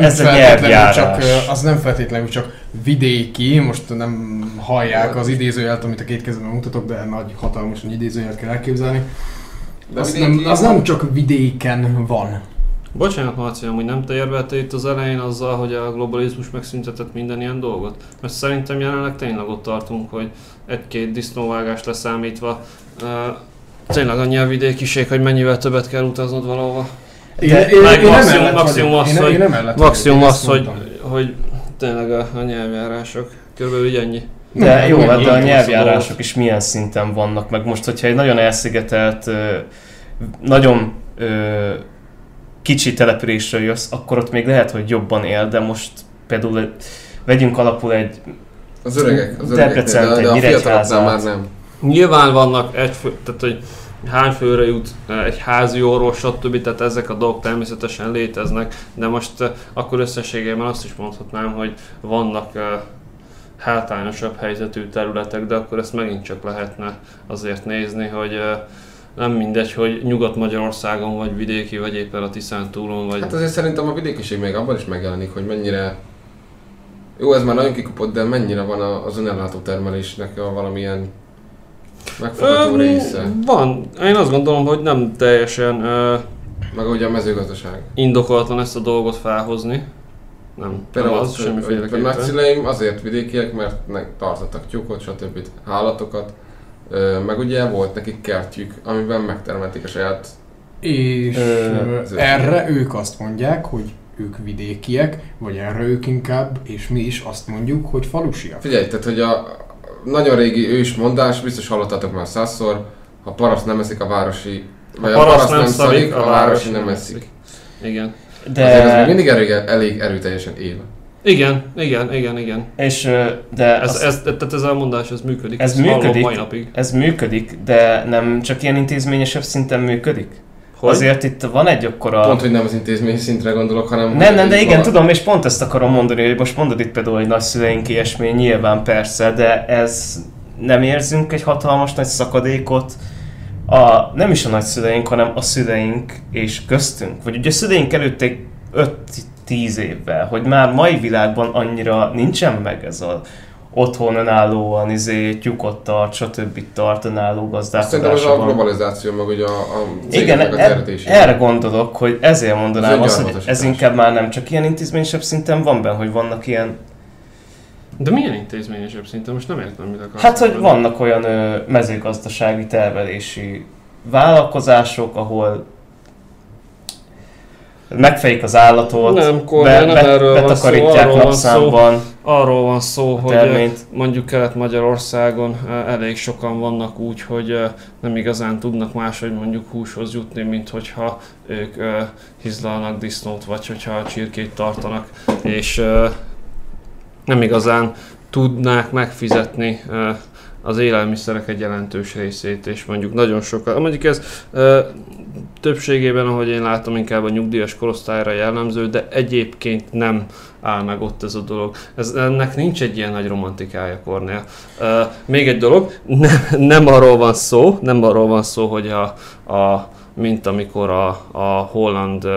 az nem feltétlenül csak vidéki, most nem hallják az idézőjelet, amit a két kezemben mutatok, de nagy, hatalmas idézőjelet kell elképzelni. De az nem csak vidéken van. Bocsánat, Marci, amúgy nem te érveltél itt az elején azzal, hogy a globalizmus megszüntetett minden ilyen dolgot? Mert szerintem jelenleg tényleg ott tartunk, hogy egy-két disznóvágást leszámítva tényleg annyi a vidékiség, hogy mennyivel többet kell utaznod valahova. Maximum az, hogy tényleg a nyelvjárások. Körülbelül így ennyi. De jó, de a nyelvjárások is milyen szinten vannak, meg most, hogyha egy nagyon elszigetelt, nagyon kicsi településről jössz, akkor ott még lehet, hogy jobban él, de most például vegyünk alapul egy az öregek, Debrecent, egy Nyíregyházát. Már nem. Nyilván vannak tehát hogy hány főre jut egy házi orvos, stb. Tehát ezek a dolgok természetesen léteznek, de most akkor összességében azt is mondhatnám, hogy vannak hátrányosabb helyzetű területek, de akkor ezt megint csak lehetne azért nézni, hogy nem mindegy, hogy Nyugat-Magyarországon vagy vidéki, vagy éppen a Tiszántúlon vagy... Hát azért szerintem a vidékiség még abban is megjelenik, hogy mennyire... Jó, ez már nagyon kikopott, de mennyire van az önellátó termelésnek valamilyen megfogható része? Van. Én azt gondolom, hogy nem teljesen... meg ugye a mezőgazdaság. Indokolatlan ezt a dolgot felhozni. Nem. Például az semmiféleképpen. A nagyszüleim azért vidékiek, mert tartottak tyúkot, stb. Állatokat. Meg ugye volt nekik kertjük, amiben megtermelték a saját... És erre ők azt mondják, hogy ők vidékiek, vagy erre ők inkább, és mi is azt mondjuk, hogy falusiak. Figyelj, tehát hogy a nagyon régi ős mondás, biztos hallottatok már 100-szor, ha paraszt nem eszik a városi, vagy a paraszt nem szarik, a városi nem eszik. Igen. De... Azért ez még mindig elég erőteljesen él. Igen. És, de ez a mondás, ez működik. Ez működik, de nem csak ilyen intézményesebb szinten működik? Hogy? Azért itt van egy akkora... Pont, hogy nem az intézmény szintre gondolok, hanem... Nem, de igen, tudom, és pont ezt akarom mondani, hogy most mondod itt például, hogy nagyszüleink ilyesmi, nyilván persze, de ez nem érzünk egy hatalmas nagy szakadékot, nem is a nagyszüleink, hanem a szüleink és köztünk. Vagy ugye a szüleink előtt egy 5-10 évvel, hogy már mai világban annyira nincsen meg ez az otthon önállóan tyúkot tart, stb. Tart önálló gazdálkodásban. Szerintem az a globalizáció, meg ugye a igen, az erre gondolok, hogy ezért mondanám azt, hogy ez inkább már nem csak ilyen intézményesebb szinten van benne, hogy vannak ilyen... De milyen intézményesebb szinten? Most nem értem, mit akarsz. Hát, hogy vannak olyan mezőgazdasági termelési vállalkozások, ahol megfejik az állatot, betakarítják napszámban. Arról van szó, hogy mondjuk Kelet-Magyarországon elég sokan vannak úgy, hogy nem igazán tudnak máshogy mondjuk húshoz jutni, mint hogyha ők hizlalnak disznót, vagy hogyha csirkét tartanak, és nem igazán tudnák megfizetni az élelmiszerek egy jelentős részét, és mondjuk nagyon sokan. Mondjuk ez többségében, ahogy én látom, inkább a nyugdíjas korosztályra jellemző, de egyébként nem áll meg ott ez a dolog. Ennek nincs egy ilyen nagy romantikája, Kornél. Még egy dolog, nem arról van szó, hogy mint amikor a holland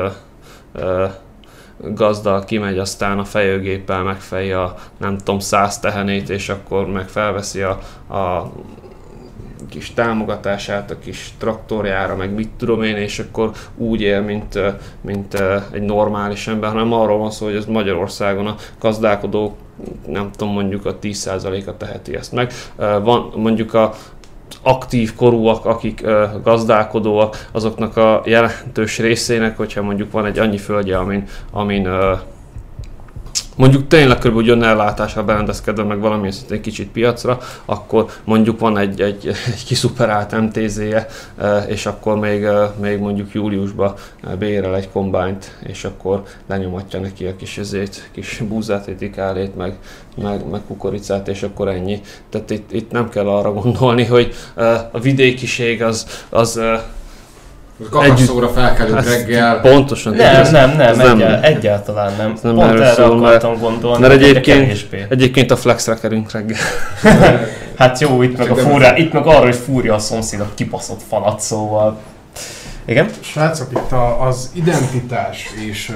gazda kimegy, aztán a fejőgéppel megfejje a nem tudom 100 tehenét, és akkor meg felveszi a kis támogatását, a kis traktorjára, meg mit tudom én, és akkor úgy él, mint egy normális ember, hanem arról van szó, hogy ez Magyarországon a gazdálkodók, nem tudom, mondjuk a 10%-a teheti ezt meg. Van mondjuk a aktív korúak, akik gazdálkodóak, azoknak a jelentős részének, hogyha mondjuk van egy annyi földje, amin mondjuk tényleg körülbelül önellátásra berendezkedve, meg valamilyen szintén kicsit piacra, akkor mondjuk van egy kiszuperált MTZ-je, és akkor még mondjuk júliusban bérel egy kombányt, és akkor lenyomatja neki a kis búzát, etikálét, meg kukoricát, és akkor ennyi. Tehát itt nem kell arra gondolni, hogy a vidékiség az kakasszóra felkelünk reggel. Pontosan. Nem, egyáltalán nem. Pont erre akartam gondolni, mert egyébként a flexre kerünk reggel. Hát jó, itt meg arra, hogy fúrja a szomszéd a kibaszott falat, szóval. Igen? Srácok, itt az identitás és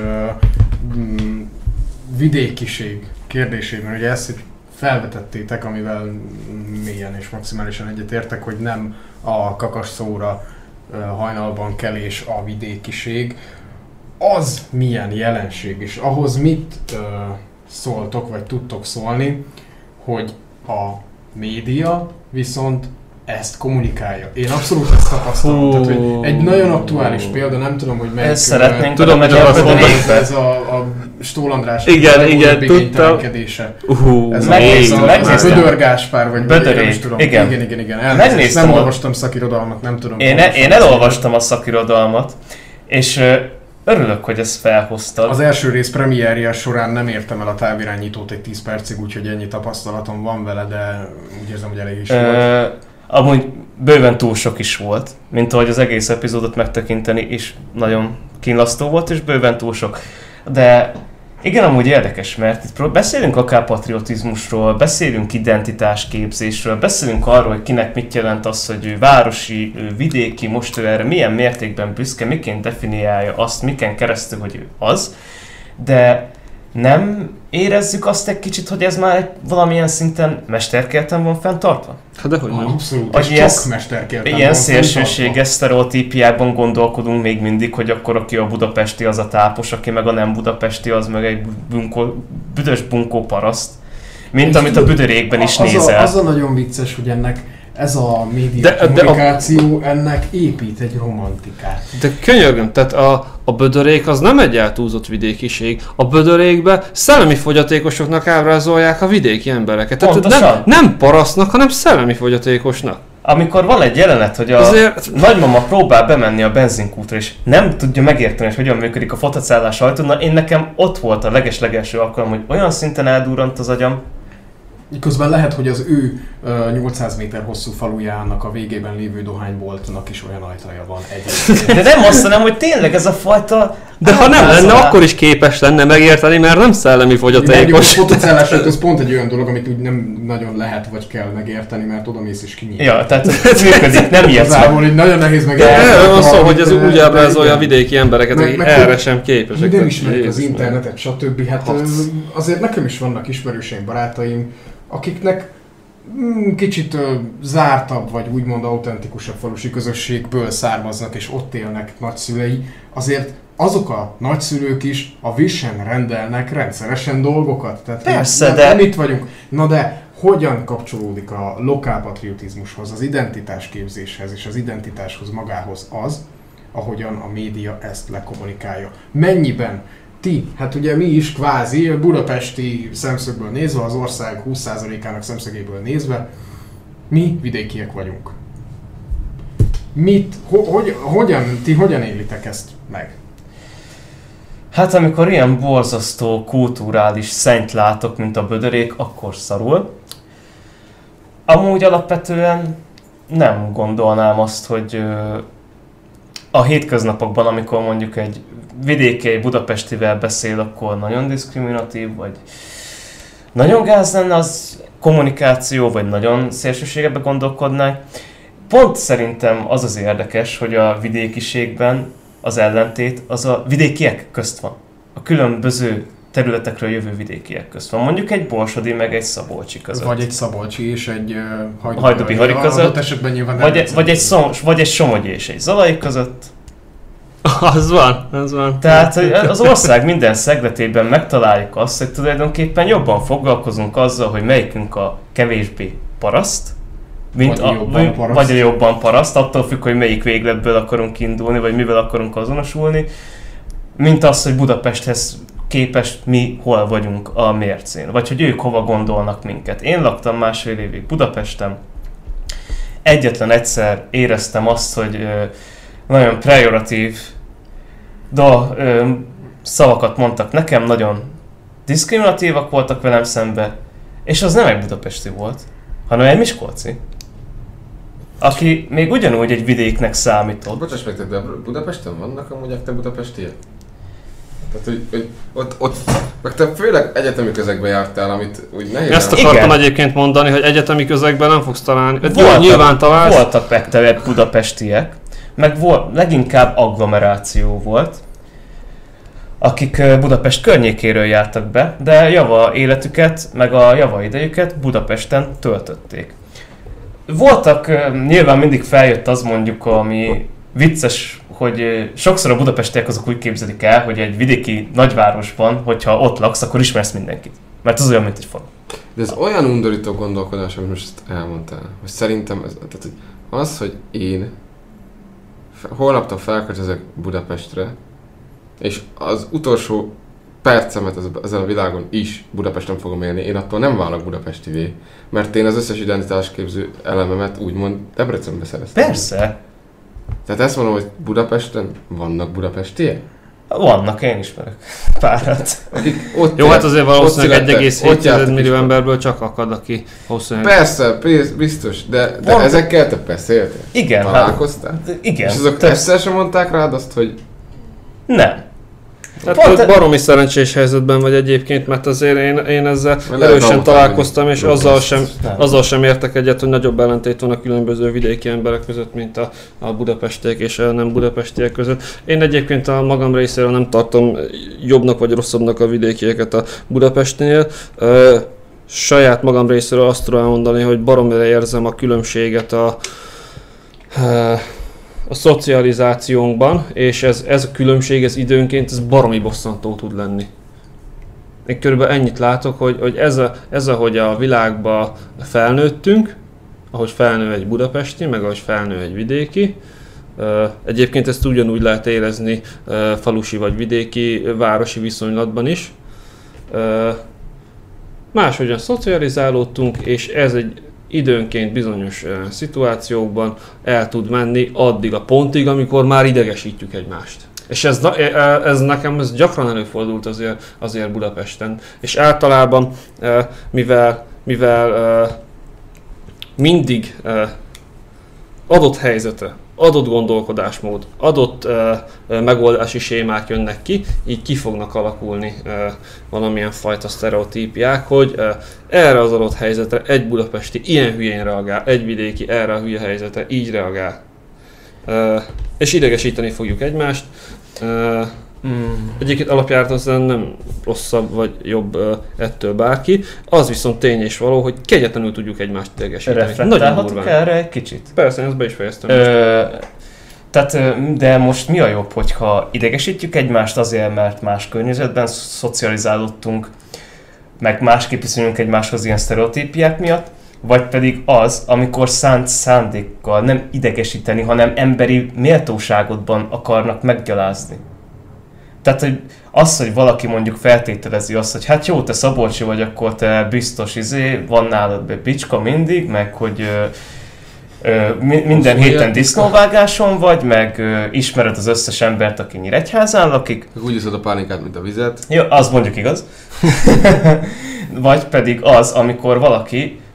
vidékiség kérdésében, ugye ezt felvetettétek, amivel mélyen és maximálisan egyetértek, hogy nem a kakasszóra hajnalban kelés a vidékiség, az milyen jelenség, és ahhoz mit szóltok, vagy tudtok szólni, hogy a média viszont ezt kommunikálja. Én abszolút ezt tapasztalom. Tehát, hogy egy nagyon aktuális példa, nem tudom, hogy melyik... Ezt szeretnénk, tudom, hogy ez a Stól András igen, tudtam. Ez a Bödör Gáspár, vagy nem is tudom. Igen. Nem olvastam szakirodalmat, nem tudom. Én elolvastam a szakirodalmat, és örülök, hogy ezt felhoztad. Az első rész premierje során nem értem el a távirányítót egy 10 percig, úgyhogy ennyi tapasztalatom van vele, de úgy érzem, hogy elég is volt. Amúgy bőven túl sok is volt, mint ahogy az egész epizódot megtekinteni is nagyon kínlasztó volt, és bőven túl sok. De igen, amúgy érdekes, mert itt beszélünk akár patriotizmusról, beszélünk identitásképzésről, beszélünk arról, hogy kinek mit jelent az, hogy ő városi, ő vidéki, most ő erre milyen mértékben büszke, miként definiálja azt, miken keresztül, hogy ő az, de nem érezzük azt egy kicsit, hogy ez már valamilyen szinten mesterkélten van fenntartva? Hát dehogy nem. Abszolút, és csak mesterkélten ilyen szélsőséges sztereotípiákban gondolkodunk még mindig, hogy akkor aki a budapesti az a tápos, aki meg a nem budapesti az meg egy büdös bunkó paraszt. Mint amit a Büdörékben is nézel. Az a nagyon vicces, hogy ez a média kommunikáció ennek épít egy romantikát. De könyörgöm, tehát a Bödörék az nem egy eltúlzott vidékiség. A Bödörékbe szellemi fogyatékosoknak ábrázolják a vidéki embereket. Tehát nem parasztnak, hanem szellemi fogyatékosnak. Amikor van egy jelenet, hogy a nagymama próbál bemenni a benzinkútra, és nem tudja megérteni, hogy hogyan működik a fotocellás ajtó, na én nekem ott volt a leges-legelső alkalom, hogy olyan szinten eldurrant az agyam. Közben lehet, hogy az ő 800 méter hosszú falujának a végében lévő dohányboltnak is olyan ajtaja van egyébként. De nem azt, hanem, hogy tényleg ez a fajta... De ha nem lenne, akkor is képes lenne megérteni, mert nem szellemi fogyatékos. A fotocellás ajtó, ez pont egy olyan dolog, amit úgy nem nagyon lehet vagy kell megérteni, mert odamész és kinyíl. Ja, tehát ez működik, nem ilyet szó. Nagyon nehéz megérteni. Erről szó, hogy ez úgy ábrázolja a vidéki embereket, akik erre sem képesek. Nem ismerik az internetet, stb. Hát azért nekem is vannak ismerőseim, barátaim, akiknek kicsit zártabb, vagy úgymond autentikusabb falusi közösségből származnak, és ott élnek nagyszülei, azért azok a nagyszülők is a Visen rendelnek rendszeresen dolgokat. Tehát persze, de... itt vagyunk. Na de hogyan kapcsolódik a lokálpatriotizmushoz, az identitásképzéshez és az identitáshoz magához az, ahogyan a média ezt lekommunikálja? Mennyiben hát ugye mi is kvázi budapesti szemszögből nézve, az ország 20%-ának szemszögéből nézve, mi vidékiek vagyunk. Ti hogyan élitek ezt meg? Hát amikor ilyen borzasztó kulturális szennyt látok, mint a Bödörék, akkor szarul. Amúgy alapvetően nem gondolnám azt, hogy a hétköznapokban, amikor mondjuk egy vidéki, egy budapestivel beszél, akkor nagyon diszkriminatív, vagy nagyon gáz lenne az kommunikáció, vagy nagyon szélsőségebe gondolkodnánk. Pont szerintem az az érdekes, hogy a vidékiségben az ellentét az a vidékiek közt van. A különböző területekről jövő vidékiek közt van. Mondjuk egy Borsodi meg egy Szabolcsi között. Vagy egy Szabolcsi és egy Hajdú-Bihari között. Esetben nyilván vagy egy Somogyi és egy Zalai között. Az van. Tehát az ország minden szegletében megtaláljuk azt, hogy tulajdonképpen jobban foglalkozunk azzal, hogy melyikünk a kevésbé paraszt, vagy a jobban paraszt, attól függ, hogy melyik végletből akarunk indulni, vagy mivel akarunk azonosulni, mint az, hogy Budapesthez képest mi hol vagyunk a mércén, vagy hogy ők hova gondolnak minket. Én laktam 1,5 évig Budapesten, egyetlen egyszer éreztem azt, hogy nagyon pejoratív szavakat mondtak nekem, nagyon diszkriminatívak voltak velem szembe, és az nem egy budapesti volt, hanem egy miskolci, aki még ugyanúgy egy vidéknek számított. Bocsáss meg, de Budapesten vannak amúgy te budapestiek? Tehát, hogy ott meg te főleg egyetemi közegbe jártál, amit úgy nehéz... Ezt akartam egyébként mondani, hogy egyetemi közegben nem fogsz találni. Nyilván találsz. Voltak megtevett budapestiek, meg leginkább agglomeráció volt, akik Budapest környékéről jártak be, de java életüket, meg a java idejüket Budapesten töltötték. Voltak, nyilván mindig feljött az mondjuk, ami vicces, hogy sokszor a budapestiek azok úgy képzelik el, hogy egy vidéki nagyvárosban, hogyha ott laksz, akkor ismersz mindenkit. Mert az olyan, mint egy falu. De ez olyan undorító gondolkodás, amit most elmondtál, hogy szerintem az, hogy én holnaptól felköltözök Budapestre, és az utolsó percemet ezen a világon is Budapesten fogom élni, én attól nem válok budapestivé, mert én az összes identitásképző elememet úgymond Debrecenbe szereztem. Persze! Tehát ezt mondom, hogy Budapesten vannak budapestiek? Vannak, én ismerek párat. Jó, hát azért valószínűleg 1,7 millió emberből csak akad, aki hosszúan... Persze, biztos, de ezekkel te beszéltél? Igen. Találkoztál? Igen. És azok egyszer sem mondták rád azt, hogy... Nem. Hát baromi szerencsés helyzetben vagy egyébként, mert azért én ezzel erősen találkoztam, és azzal sem értek egyet, hogy nagyobb ellentét van a különböző vidéki emberek között, mint a budapestiek és a nem budapestiek között. Én egyébként a magam részéről nem tartom jobbnak vagy rosszabbnak a vidékieket a Budapestnél. Saját magam részéről azt tudom elmondani, hogy baromira érzem a különbséget a szocializációnkban, és ez a különbség, ez időnként ez baromi bosszantó tud lenni. Én körülbelül ennyit látok, hogy ez ahogy a világba felnőttünk, ahogy felnő egy budapesti, meg ahogy felnő egy vidéki, egyébként ezt ugyanúgy lehet érezni falusi vagy vidéki, városi viszonylatban is. Máshogyan szocializálódtunk, és ez egy időnként bizonyos szituációkban el tud menni addig a pontig, amikor már idegesítjük egymást. És ez nekem gyakran előfordult azért Budapesten. És általában, mivel mindig adott helyzetre, adott gondolkodásmód, adott megoldási sémák jönnek ki fognak alakulni valamilyen fajta sztereotípiák, hogy erre az adott helyzetre egy budapesti ilyen hülyén reagál, egy vidéki erre a hülye helyzetre így reagál. És idegesíteni fogjuk egymást. Egyébként alapjáraton nem rosszabb vagy jobb ettől bárki, az viszont tény és való, hogy kegyetlenül tudjuk egymást idegesíteni. Reflektálhatok erre egy kicsit? Persze, ezt be is fejeztem. De most mi a jobb, hogyha idegesítjük egymást azért, mert más környezetben szocializálódtunk, meg másképp viszonyulunk egymáshoz ilyen sztereotípiák miatt, vagy pedig az, amikor szánt szándékkal nem idegesíteni, hanem emberi méltóságodban akarnak meggyalázni. Tehát, hogy az, hogy valaki mondjuk feltételezi azt, hogy hát jó, te szabolcsi vagy, akkor te biztos van nálad bicska mindig, meg hogy minden héten disznóvágáson vagy, meg ismered az összes embert, aki Nyíregyházán lakik. Úgy iszod a pálinkát, mint a vizet. Jó, az mondjuk igaz. Vagy pedig az, amikor valaki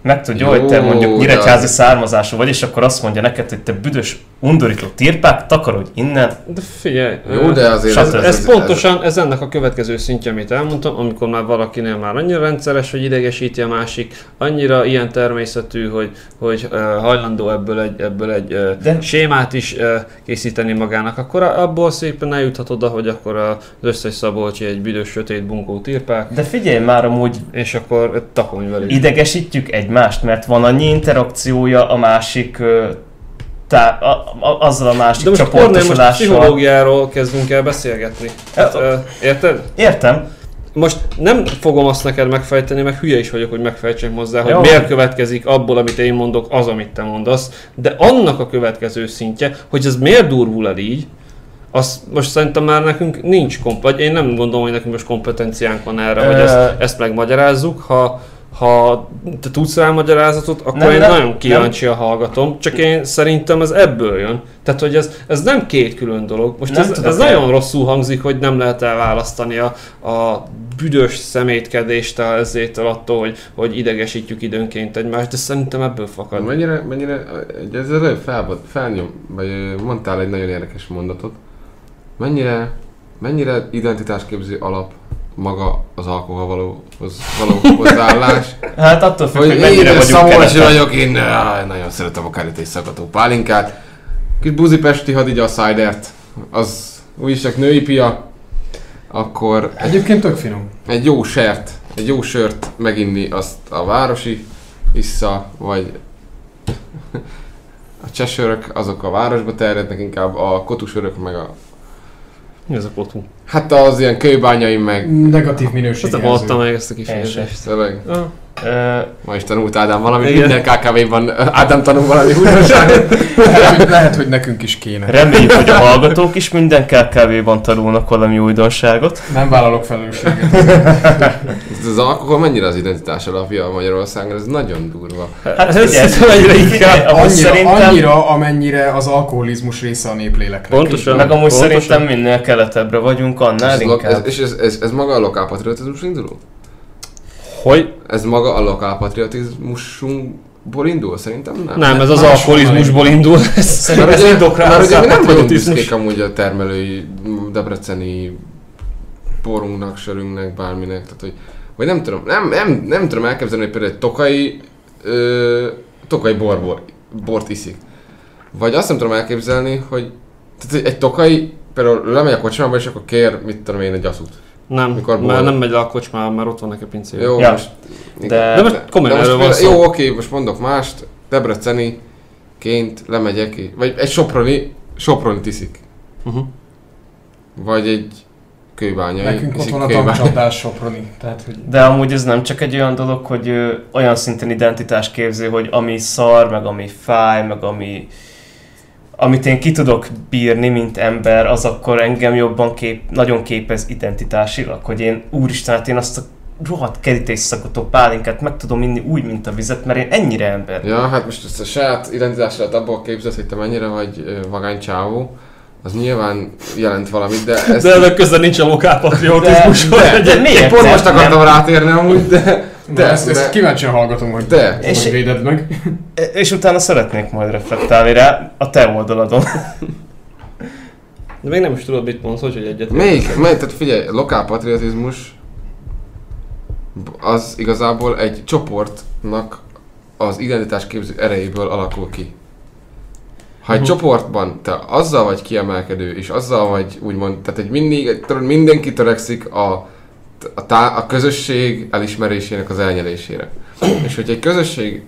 meg tudja, hogy te mondjuk nyíregyházi származású vagy, és akkor azt mondja neked, hogy te büdös, undorító tirpák, takarodj innen. De figyelj, jó, de azért ez pontosan ez ennek a következő szintje, amit elmondtam, amikor már valakinél már annyira rendszeres, hogy idegesíti a másik, annyira ilyen természetű, hogy hajlandó ebből egy sémát is készíteni magának, akkor abból szépen eljuthat oda, hogy akkor az összes Szabolcsi egy büdös, sötét, bunkó tirpák. De figyelj már amúgy, és akkor takolj velük. Idegesítjük egymást, mert van annyi interakciója a másik azzal a másik csoportosulással. De most pszichológiáról kezdünk el beszélgetni. Hát, érted? Értem. Most nem fogom azt neked megfejteni, meg hülye is vagyok, hogy megfejtsem hozzá, hogy miért következik abból, amit én mondok, az, amit te mondasz, de annak a következő szintje, hogy ez miért durvul el így, azt most szerintem már nekünk nincs vagy én nem gondolom, hogy nekünk most kompetenciánk van erre, hogy ezt megmagyarázzuk. Ha te tudsz rá magyarázatot, akkor én nagyon kíváncsian hallgatom, csak én szerintem ez ebből jön. Tehát, hogy ez nem két külön dolog. Most ez nagyon rosszul hangzik, hogy nem lehet elválasztani a büdös szemétkedést ezétől attól, hogy idegesítjük időnként egymást, de szerintem ebből fakad. Mennyire ez előbb felnyom, vagy mondtál egy nagyon érdekes mondatot. Mennyire identitásképző alap maga az alkohol való hozzáállás? Hát attól függ, hogy mennyire vagyunk Szabolcsi vagyok, én nagyon szeretem a kerítés szaggató pálinkát. Kis buzipesti hadd a cidert, az úgyis csak női pia, akkor... Egyébként tök finom. Egy jó sört meginni, azt a városi issza, vagy a csesörök, azok a városba terjednek, inkább a kotusörök meg a... Mi az a kotu? Hát az ilyen kőbányai meg... Negatív minőségjelző. Azt hallottam meg ezt a kifejezést. Tényleg? Ma is tanult Ádám valamit, minden KKV-ban Ádám tanul valami újdonságot. Lehet, hogy nekünk is kéne. Reméljük, hogy a hallgatók is minden KKV-ban tanulnak valami újdonságot. Nem vállalok felelősséget. Az alkohol mennyire az identitás alapja Magyarországon? Ez nagyon durva. Hát annyira, amennyire az alkoholizmus része a népléleknek. Pontosan. Meg amúgy szerintem minél keletebbre vagyunk, annál inkább. És ez maga a lokálpatriotizmus induló? Hogy? Ez maga a lokálpatriotizmusunkból indul? Szerintem nem. Nem, ez az alkoholizmusból indul. Mert ugye mi nem vagyunk büszkék amúgy a termelői debreceni borunknak, sörünknek, bárminek. Tehát, hogy, vagy nem tudom, nem tudom elképzelni, hogy például egy tokai bort iszik. Vagy azt nem tudom elképzelni, hogy tehát egy tokai például lemegy a kocsmába és akkor kér, mit tudom én, egy asszút. Nem, mert nem megy le a kocsmába, mert ott van neki a pincéje. Jó, ja. most... De most komolyan erről van szó. Jó, oké, most mondok mást. Debreceni-ként lemegyek, vagy egy Sopronit iszik. Vagy egy kőbányai. Nekünk ott van a tankcsapdás Soproni. Tehát, hogy... De amúgy ez nem csak egy olyan dolog, hogy olyan szinten identitás képző, hogy ami szar, meg ami fáj, meg amit én ki tudok bírni, mint ember, az akkor engem jobban nagyon képez identitásilag, hogy én, úristen, hát én azt a rohadt kerítésszaggató pálinkát meg tudom inni úgy, mint a vizet, mert én ennyire ember. Ja, hát most ezt a saját identitásodat abból képzeld, hogy te mennyire vagy vagány csávó, az nyilván jelent valamit, de ezt... De ennek közben nincs a lokálpatriotizmus. De miért? Pont most akartam rátérni amúgy, de ezt kíváncsian hallgatom, hogy véded meg. És utána szeretnék majd reflektálni rá a te oldaladon. De még nem is tudod, mit mondsz, hogy egyet. Tehát figyelj, lokálpatriotizmus az igazából egy csoportnak az identitásképző erejéből alakul ki. Ha egy csoportban te azzal vagy kiemelkedő, és azzal vagy úgymond, tehát egy mindenki törekszik a közösség elismerésének az elnyerésére. És hogy egy közösség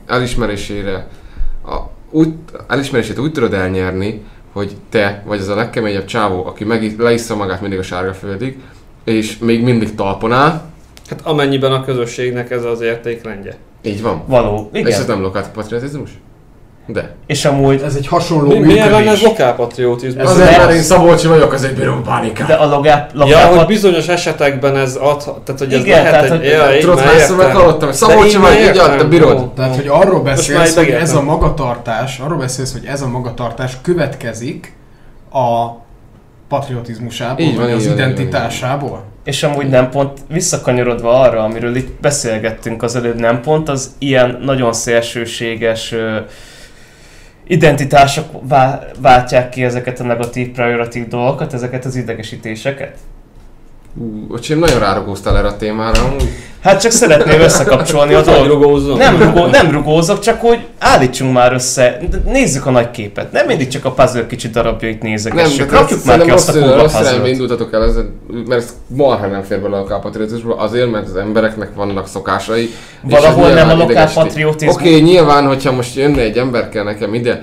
elismerését úgy tudod elnyerni, hogy te vagy az a legkeményebb csávó, aki leissza magát mindig a sárgaföldig, és még mindig talpon áll. Hát amennyiben a közösségnek ez az értékrendje. Így van. Való, igen. És ez nem lokálpatriotizmus? De. És amúgy... Ez egy hasonló működés. Miért lenne ez lokálpatriotizmus? Azért, mert én Szabolcsi vagyok, az egy bírom pánikát. De a Ja, hogy bizonyos esetekben ez tehát hogy ez igen, lehet egy... Tudod, hányszor meghallottam, hogy Szabolcsi vagy, így te bírod. Tehát, hogy arról beszélsz, hogy ez a magatartás, következik a patriotizmusából, vagy az identitásából. és amúgy nem pont visszakanyarodva arra, amiről itt beszélgettünk az előbb, nem pont az ilyen nagyon szélsőséges identitások váltják ki ezeket a negatív, pejoratív dolgokat, ezeket az idegesítéseket? Öcsém, nagyon rárugóztál erre a témára amúgy. Hát csak szeretném összekapcsolni a dolgot. Nem rugózok, csak hogy állítsunk már össze, nézzük a nagy képet. Nem mindig csak a puzzle kicsi darabjait nézegessük. Rakjuk már ki azt a kurva puzzle-t. Indultatok el, mert ez marha nem fér bele a lokálpatriotizmusba, azért, mert az embereknek vannak szokásai. Valahol nem a lokálpatriotizmus. Oké, nyilván, hogyha most jönne egy emberkel nekem ide,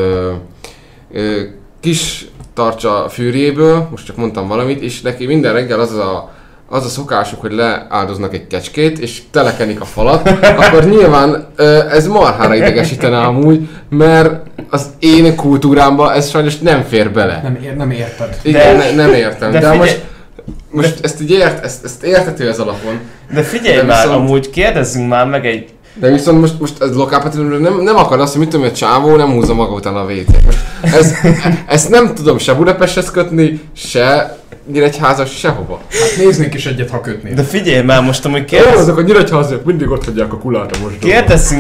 kis tartsa fűrjéből, most csak mondtam valamit, és neki minden reggel az a szokásuk, hogy leáldoznak egy kecskét, és telekenik a falat, akkor nyilván ez marhára idegesítene amúgy, mert az én kultúrámban ez sajnos nem fér bele. Nem érted. Igen, nem értem. De most ezt így ezt értető ez alapon. De figyelj már, amúgy kérdezzünk már meg egy... De viszont most ez lokálpatriotizmus nem akar azt, hogy mit tudom, hogy a csávó nem húzza maga után a vétét. Ezt nem tudom se Budapesthez kötni, se Nyíregyházas, sehova. Hát néznénk is egyet, ha kötnél. De figyelj már, most amúgy azok a nyíregyháziak mindig ott hagyják a kulát a mosdóban.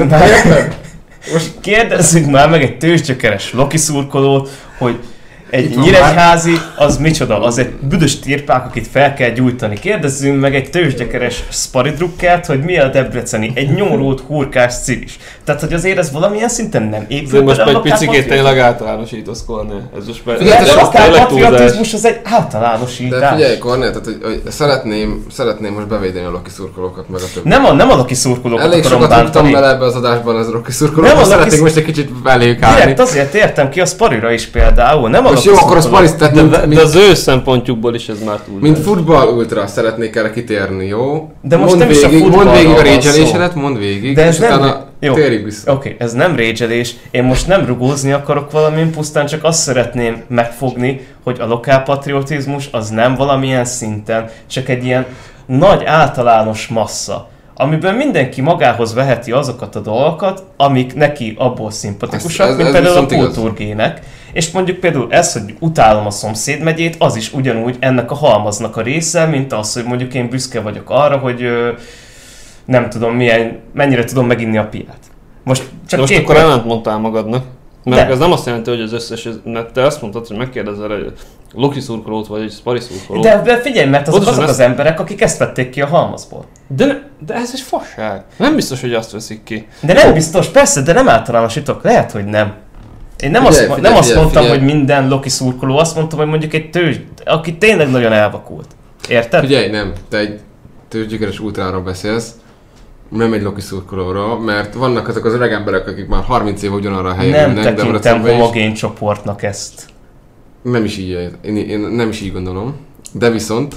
Kérdezzünk már meg egy tőzsgyökeres Loki szurkolót, hogy egy nyíregyházi, az micsoda? Az egy büdös tirpák, akit fel kell gyújtani. Kérdezzünk meg egy tőzsgyekeres sparidrukkert, hogy mi a debreceni, egy nyomorult hurkás civis. Tehát, hogy azért ez valamilyen szinten nem épül. Most egy picikét tényleg általánosítasz, Kornél. Ez most a lokálpatriotizmus az egy általánosítás. De figyelj, Kornél, tehát, hogy szeretném most bevédeni a Loki szurkolókat, meg a többi. Nem a Loki szurkolókat elég akarom sokat bántani. tudtam bele ebbe az adásban ez a Loki szurkolókat, szeretnék most egy kicsit beléjük állni. Direkt azért értem ki a Sparira is például, nem a jó, akkor a Sparis de az ő szempontjukból is ez már túl. Mint futball ultra szeretnék erre kitérni, jó? De most nem is a futballról mondd végig a van rage-elésedet, mondd végig, de ez és nem utána térjük vissza. Oké, ez nem rage-elés. Én most nem rugózni akarok valamin, pusztán csak azt szeretném megfogni, hogy a lokálpatriotizmus az nem valamilyen szinten, csak egy ilyen nagy általános massza, amiből mindenki magához veheti azokat a dolgokat, amik neki abból szimpatikusak, mint például a kultúrgének. És mondjuk például ez, hogy utálom a szomszédmegyét, az is ugyanúgy ennek a halmaznak a része, mint az, hogy mondjuk én büszke vagyok arra, hogy nem tudom mennyire tudom meginni a piát. Most akkor ellent mondtál magadnak. Mert ez nem azt jelenti, hogy az összes, mert te azt mondtad, hogy megkérdezel egy Loki szurkolót vagy egy Spari szurkolót. De figyelj, mert azok az emberek, akik ezt vették ki a halmazból. De ez egy fasság. Nem biztos, hogy azt veszik ki. De nem biztos, persze, de nem általánosítok, lehet, hogy nem. Én nem azt mondtam, hogy minden Loki szurkoló, azt mondtam, hogy mondjuk egy tőzs, aki tényleg nagyon elvakult. Érted? Figyelj, nem, te egy tőzsgyökeres ultráról beszélsz, nem egy Loki szurkolóról, mert vannak azok az öreg emberek, akik már 30 éve ugyanarra a helyen ülnek, de nem tekintem homogén csoportnak ezt. Nem is így, én nem is így gondolom, de viszont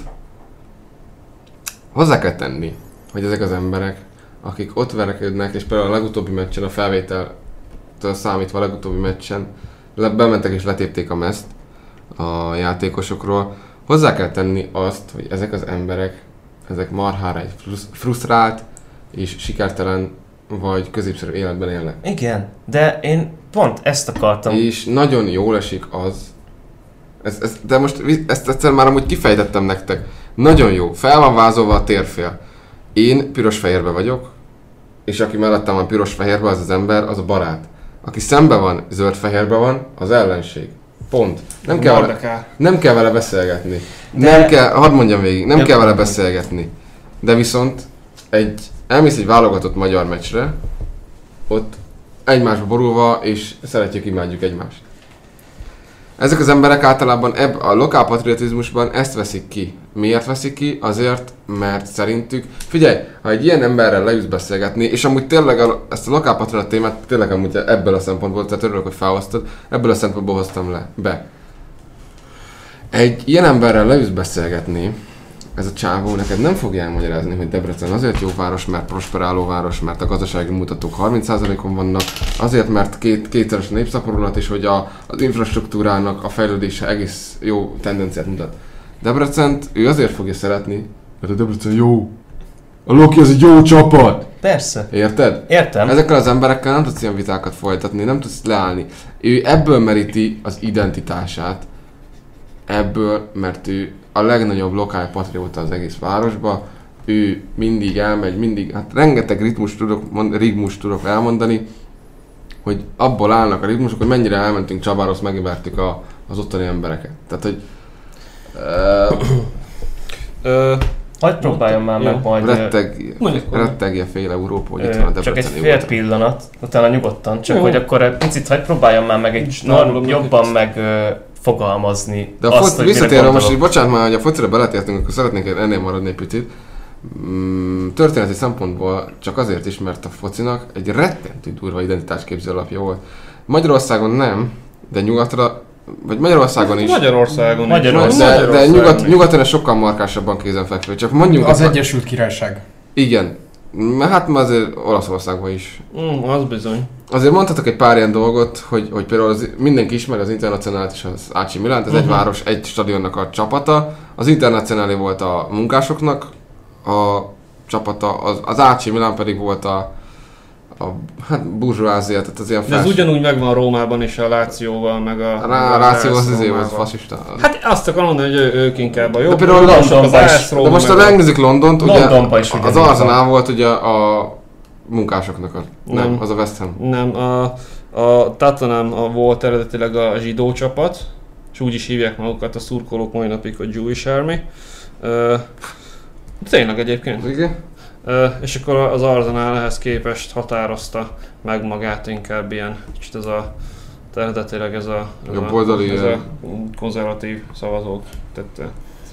hozzá kell tenni, hogy ezek az emberek, akik ott verekednek, és például a legutóbbi meccsen, a felvételtől számítva a legutóbbi meccsen, bementek és letépték a mezt a játékosokról, hozzá kell tenni azt, hogy ezek az emberek, ezek marhára egy frusztrált és sikertelen vagy középszerű életben élnek. Igen, de én pont ezt akartam. És nagyon jól esik az, de most ezt egyszer már amúgy kifejtettem nektek. Nagyon jó, fel van vázolva a térfél. Én piros-fehérbe vagyok, és aki mellettem van piros-fehérbe, az az ember, az a barát. Aki szembe van, zöld-fehérbe van, az ellenség. Pont. Nem kell vele beszélgetni. Hadd mondjam végig, nem kell vele beszélgetni. De viszont elmész egy válogatott magyar meccsre, ott egymásba borulva, és szeretjük, imádjuk egymást. Ezek az emberek általában a lokálpatriotizmusban ezt veszik ki. Miért veszik ki? Azért, mert szerintük... Figyelj, ha egy ilyen emberrel leülsz beszélgetni, és amúgy tényleg ezt a lokálpatriot témát tényleg amúgy ebből a szempontból, tehát örülök, hogy felhoztad, ebből a szempontból hoztam be. Egy ilyen emberrel leülsz beszélgetni, ez a csávó neked nem fogja elmagyarázni, hogy Debrecen azért jó város, mert prosperáló város, mert a gazdasági mutatók 30%-on vannak, azért, mert kétszeres népszaporulat és hogy az infrastruktúrának a fejlődése egész jó tendenciát mutat. Debrecent ő azért fogja szeretni, mert a Debrecen jó. A Loki az egy jó csapat! Persze. Érted? Értem. Ezekkel az emberekkel nem tudsz ilyen vitákat folytatni, nem tudsz leállni. Ő ebből meríti az identitását. Ebből, mert ő a legnagyobb lokál patrióta az egész városba. Ő mindig elmegy, hát rengeteg ritmust tudok elmondani, hogy abból állnak a ritmusok, hogy mennyire elmentünk Csabáról, megvertük az ottani embereket. Tehát, hogy... Hadd próbáljam már meg majd... Rettegje fél Európa, hogy itt van a Debreceni. Csak egy fél pillanat, utána nyugodtan. Csak hogy akkor egy picit hadd próbáljam már meg egy jobban megfogalmazni de azt, hogy visszatérve most, bocsánat már, hogy a focira beletértünk, akkor szeretnék ennél maradni egy picit. Történeti szempontból csak azért is, mert a focinak egy rettentő durva identitásképző alapja volt. Magyarországon nem, de nyugatra, vagy Magyarországon is. De nyugaton ez sokkal markásabban kézenfekvő. Csak mondjuk az Egyesült Királyság. Igen. Hát már azért Olaszországban is. Az bizony. Azért mondhatok egy pár ilyen dolgot, hogy például mindenki ismeri az Internacionált és az AC Milánt, ez egy város, egy stadionnak a csapata. Az Internacionálé volt a munkásoknak a csapata, az AC Milán pedig volt a burzsóázia, tehát az ilyen de ez ugyanúgy megvan Rómában is a Lációval, meg a Láció az izé volt faszista. Hát azt akarom mondani, hogy ők inkább a jobb. De például Londonban is. De most ha megnézzük Londont, ugye az Arsenal volt ugye a munkásoknak nem, az a West Ham. Nem, a Tottenham volt eredetileg a zsidó csapat, és úgy is hívják magukat a szurkolók mai napig, hogy Jewish Army. Tényleg egyébként. Igen. És akkor az Arsenal ehhez képest határozta meg magát inkább ilyen, kicsit ez a eredetileg ez a konzervatív szavazók tette.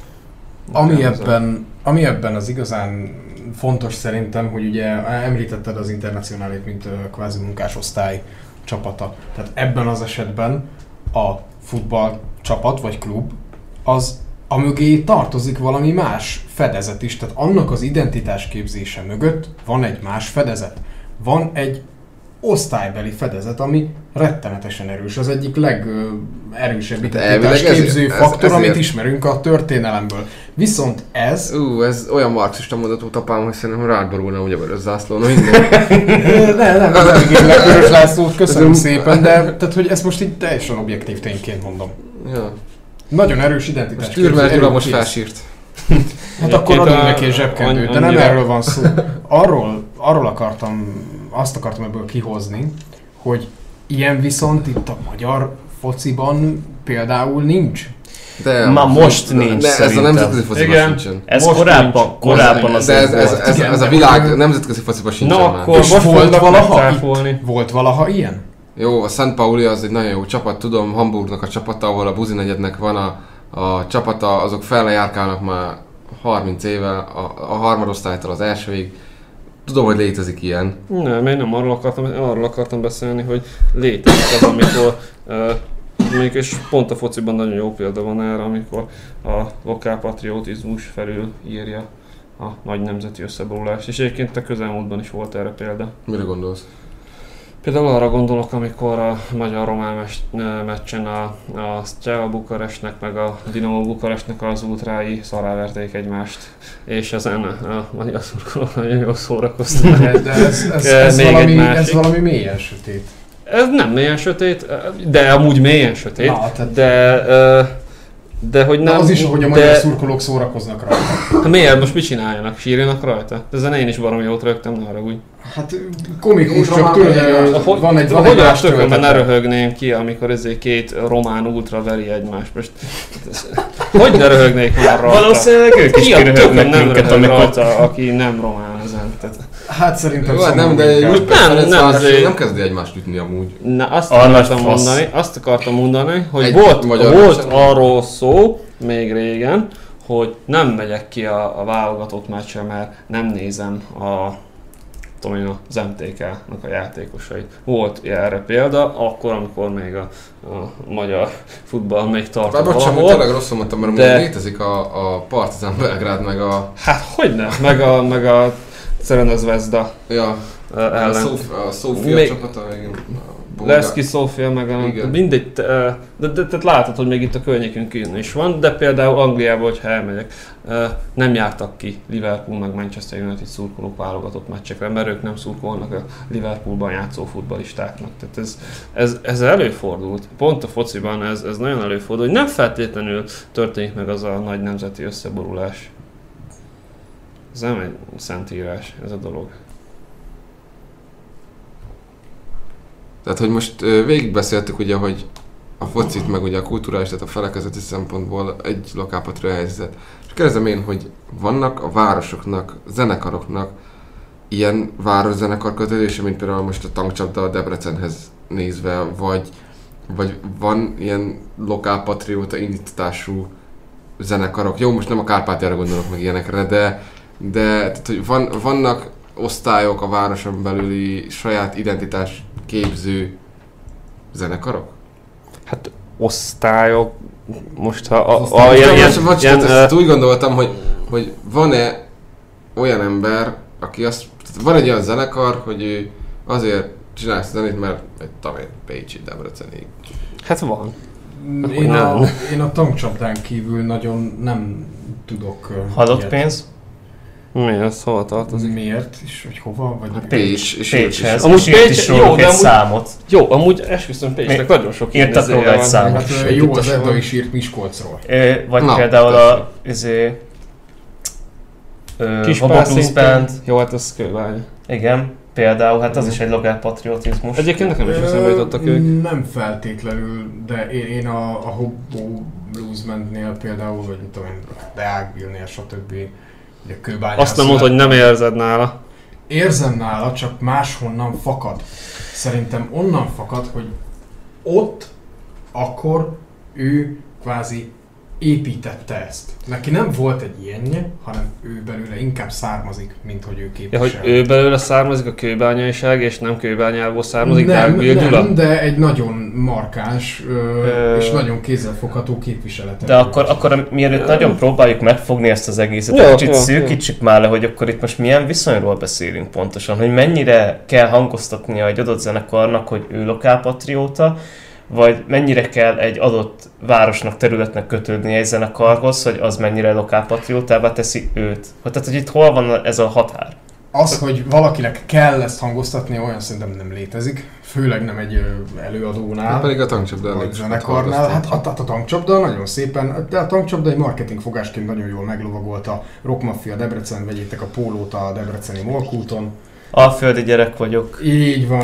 Ami ebben az igazán fontos szerintem, hogy ugye említetted az Internacionálét, mint kvázi munkásosztály csapata. Tehát ebben az esetben a futballcsapat vagy klub az amögé tartozik valami más fedezet is, tehát annak az identitásképzése mögött van egy más fedezet. Van egy osztálybeli fedezet, ami rettenetesen erős. Az egyik legerősebb identitásképző faktor, amit ismerünk a történelemből. Viszont ez... ez olyan marxista mondat volt apám, hogy szerintem rád borulna ugye vörös zászlón, nem ígérlek Vörös Lászlót, köszönöm szépen, de tehát, hogy ezt most így teljesen objektív tényként mondom. Ja. Nagyon erős identitás. Most Türmer Gyula most felsírt. Hát akkor adunk neki egy zsebkendőt, de nem erről van szó. Arról azt akartam ebből kihozni, hogy ilyen viszont itt a magyar fociban például nincs. De ma most nincs ez a nemzetközi fociban sincsen. Ez korábban azért volt. Ez a világ nemzetközi fociban sincsen már. Na akkor volt valaha ilyen? Jó, a Szent Pauli az egy nagyon jó csapat, tudom, Hamburgnak a csapata, ahol a Buzi negyednek van a csapata, azok felejárkálnak már 30 éve, a harmadosztálytól az elsőig. Tudom, hogy létezik ilyen. Nem, én nem arról akartam beszélni, hogy létezik az, amikor még és pont a fociban nagyon jó példa van erre, amikor a lokálpatriotizmus felül írja a nagy nemzeti összeborulást. És egyébként a közelmúltban is volt erre példa. Mire gondolsz? Például arra gondolok, amikor a magyar-román meccsen a Steaua Bukarestnek meg a Dinamo Bukarestnek az ultrái szarráverték egymást, és ezen a magyar szurkolók nagyon jól szórakoztak. De ez valami mélyen sötét. Ez nem mélyen sötét, de amúgy mélyen sötét, de hogy nem... Az is, hogy a magyar szurkolók szórakoznak rajta. Miért? Most mit csináljanak? Sírjanak rajta? Ezen én is baromi jót rögtem, ne haragudj. Hát komikus, csak tőle van egy más tökönben ne röhögném ki, amikor ezért két román ultra veri egymást. Most hogy ne röhögnék már rajta? Valószínűleg ők is kiröhögnek minket, amikor... rajta, aki nem román ezen. Hát szerintem nem, de nem kezdi egymást ütni amúgy. Na, azt akartam mondani, hogy volt arról szó még régen, hogy nem megyek ki a válogatott meccsre, mert nem nézem az MTK-nak a játékosait. Volt erre példa, akkor, amikor még a magyar futball még tartott valahol. Tényleg rosszul mondtam, mert létezik a Partizan Belgrád, meg a... Hát hogyne, meg a Crvena Zvezda ellen. A Szófia csapata, Leszki Szófia, meg mindegy, de látod, hogy még itt a környékünkön is van, de például Angliába, hogyha elmegyek, nem jártak ki Liverpool meg Manchester United szurkolók válogatott meccsekre, mert ők nem szurkolnak a Liverpoolban játszó futballistáknak. Tehát ez előfordult. Pont a fociban ez nagyon előfordul, hogy nem feltétlenül történik meg az a nagy nemzeti összeborulás. Ez nem egy szentírás, ez a dolog. Tehát, hogy most végigbeszéltük ugye, hogy a focit, meg ugye a kulturális, tehát a felekezeti szempontból egy lokálpatria helyzet. És kérdezem én, hogy vannak a városoknak, zenekaroknak ilyen városzenekar kötődése, mint például most a Tankcsapda a Debrecenhez nézve, vagy van ilyen lokálpatrióta indítású zenekarok. Jó, most nem a Kárpátiára gondolok meg ilyenekre, de tehát, hogy vannak osztályok a városon belüli saját identitás képző zenekarok? Hát osztályok, most ha úgy gondoltam, hogy van-e olyan ember, aki van egy olyan zenekar, hogy ő azért csinálsz a zenét, mert egy Pécsi, Debreceni. Hát van. Én a Tankcsapdán kívül nagyon nem tudok halott pénz? Miért? Hova tartozik? Miért? És hogy hova? Vagy Pécshez. Amúgy Pécs is jó, egy számot. Jó, amúgy esküszöm Pécsnek nagyon sok írtak róla egy számot. Hát jó, az Edda is írt Miskolcról. Vagy például a Hobo Blues Band. Jó, hát az Kőbánya. Igen, például, hát az is egy lokálpatriotizmus. Egyébként nekem is eszembe jutottak ők. Nem feltétlenül, de én a Hobo Blues Bandnél például, vagy mit tudom én, Deákville-nél, stb. Azt nem mondod, hogy nem érzed nála. Érzem nála, csak máshonnan fakad. Szerintem onnan fakad, hogy ott, akkor ő kvázi építette ezt. Neki nem volt egy ilyenje, hanem ő belőle inkább származik, mint hogy ő képvisel. Ja, hogy ő belőle származik a kőbányaiság, és nem Kőbányából származik, nem, de egy nagyon markáns és nagyon kézzelfogható képviselete. De akkor mielőtt nagyon próbáljuk megfogni ezt az egészet, kicsit szűkítsük már le, hogy akkor itt most milyen viszonyról beszélünk pontosan, hogy mennyire kell hangoztatnia egy adott zenekarnak, hogy ő lokálpatrióta, vagy mennyire kell egy adott városnak, területnek kötődni egy zenekarhoz, hogy az mennyire lokálpatriótává teszi őt. Tehát, hogy itt hol van ez a határ? Az, hogy valakinek kell ezt hangoztatni, olyan szerintem nem létezik. Főleg nem egy előadónál. Hát pedig a Tankcsapda vagy zenekarnál. Hát a Tankcsapda nagyon szépen, de a Tankcsapda egy marketingfogásként nagyon jól meglovagolt a Rock Mafia Debrecen, vegyétek a pólót a debreceni Molkúton. Alföldi gyerek vagyok. Így van.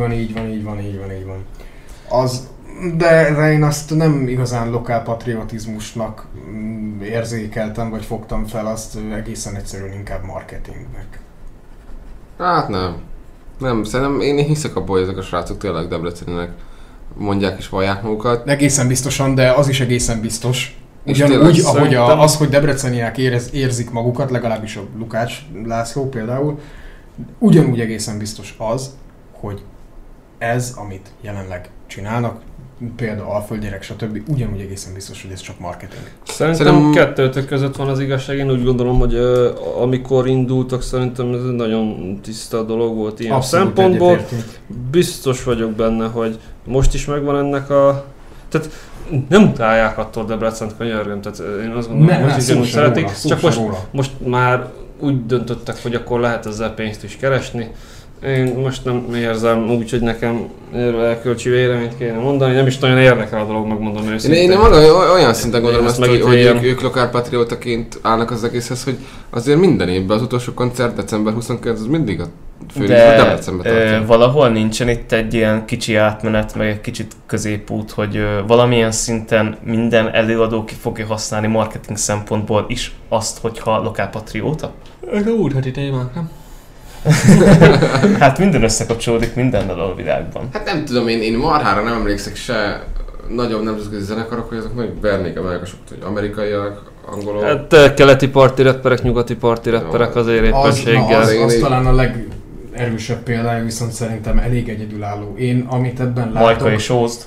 De én azt nem igazán lokálpatriotizmusnak érzékeltem, vagy fogtam fel, azt egészen egyszerűen inkább marketingnek. Hát nem, szerintem én hiszek abban, hogy ezek a srácok tényleg debreceninek mondják és vallják magukat. Egészen biztosan, de az is egészen biztos. Ugyanúgy, ahogy az, hogy debreceniek érzik magukat, legalábbis a Lukács László például, ugyanúgy egészen biztos az, hogy ez, amit jelenleg csinálnak, például alföldgyerek, stb. Ugyanúgy egészen biztos, hogy ez csak marketing. Szerintem kettőtök között van az igazság. Én úgy gondolom, hogy amikor indultak, szerintem ez egy nagyon tiszta dolog volt ilyen abszolút szempontból. Biztos vagyok benne, hogy most is megvan ennek a... Tehát nem utálják attól Debrecent, könyörgöm, tehát én azt gondolom, hogy ugyanúgy szeretik. Csak most már úgy döntöttek, hogy akkor lehet ezzel pénzt is keresni. Én most nem érzem úgy, hogy nekem erkölcsi véleményt kéne mondani, nem is nagyon érdekel a dolog, megmondom őszintén. Én olyan szinten gondolom ezt, hogy ők lokálpatriótaként állnak az egészhez, hogy azért minden évben az utolsó koncert december 29, az mindig a főnix Debrecenbe tartja. Valahol nincsen itt egy ilyen kicsi átmenet, meg egy kicsit középút, hogy valamilyen szinten minden előadó ki fogja használni marketing szempontból is azt, hogyha lokálpatrióta? Ez a úrheti témák, nem? Hát minden összekapcsolódik mindennel a világban. Hát nem tudom, én marhára nem emlékszek se nagyobb nemzetközi zenekarok, hogy azok meg vernék meg a sokat, hogy amerikaiak, angolok. Hát keleti parti rapperek, nyugati parti rapperek azért éppenséggel. Az talán a legerősebb példája, viszont szerintem elég egyedülálló. Én, amit ebben látok... Majka és Ózd.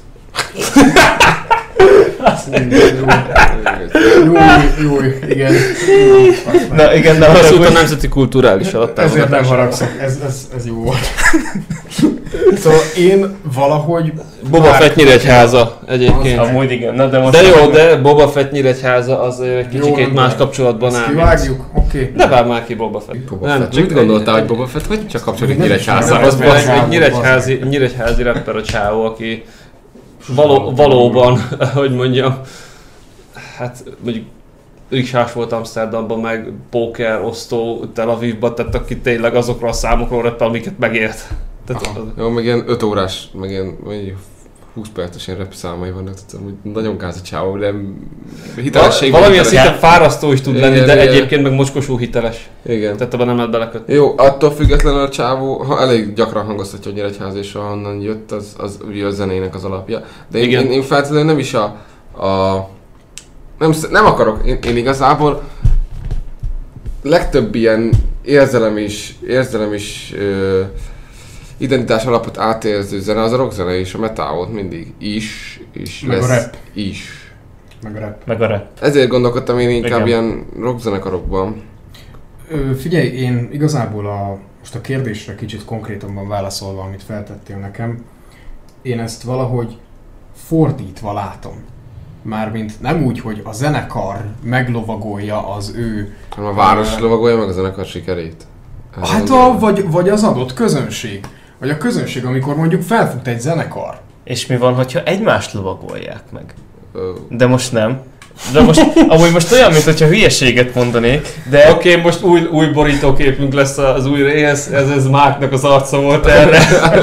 Jó, igen. Na igen, de az a nemzeti kulturális alatt. Ezért nem haragszok, ez jó volt. Szóval én valahogy... Boba Fett Nyíregyháza egyébként. Amúgy igen, na de most... De jó, de Boba Fett Nyíregyháza az egy kicsikét más kapcsolatban áll. Kivágjuk? Oké. Ne vár már ki Boba Fett. Boba Fett. Mit gondoltál, hogy Boba Fett, vagy csak kapcsolódik Nyíregyházához? Egy nyíregyházi rapper a csávó, aki valóban, hogy mondjam, hát mondjuk riksás volt Amsterdamban, meg póker, osztó Tel Avivban, tehát aki tényleg azokról a számokról rappel, amiket megért. Jó, meg ilyen 5 órás, meg ilyen 20 perces ilyen rap számai vannak, tehát nagyon gáz a csávó, de hitelesség... Valamilyen szinten fárasztó is tud lenni, de egyébként meg mocskosú hiteles. Igen. Tehát ebben nem lehet belekötni. Jó, attól függetlenül a csávó elég gyakran hangoztatja, hogy Nyíregyház és ahonnan jött, az ugye a zenének az alapja. De én feltétlenül nem is nem akarok, én igazából legtöbb ilyen érzelem is identitás alapot átérző zene, az a rockzene és a metal volt mindig is, és meg lesz a rap. is. Meg a rap. Ezért gondolkodtam én inkább ilyen rockzenekarokban. Figyelj, én igazából most a kérdésre kicsit konkrétabban válaszolva, amit feltettél nekem, én ezt valahogy fordítva látom. Mármint nem úgy, hogy a zenekar meglovagolja az ő... A város lovagolja meg a zenekar sikerét. Hát vagy az adott közönség. Vagy a közönség, amikor mondjuk felfut egy zenekar. És mi van, hogyha egymást lovagolják meg? De most nem. De most, amúgy most olyan, mint hogyha hülyeséget mondanék, de... Oké, most új borítóképünk lesz az új rész, ez Márknak az arca volt erre.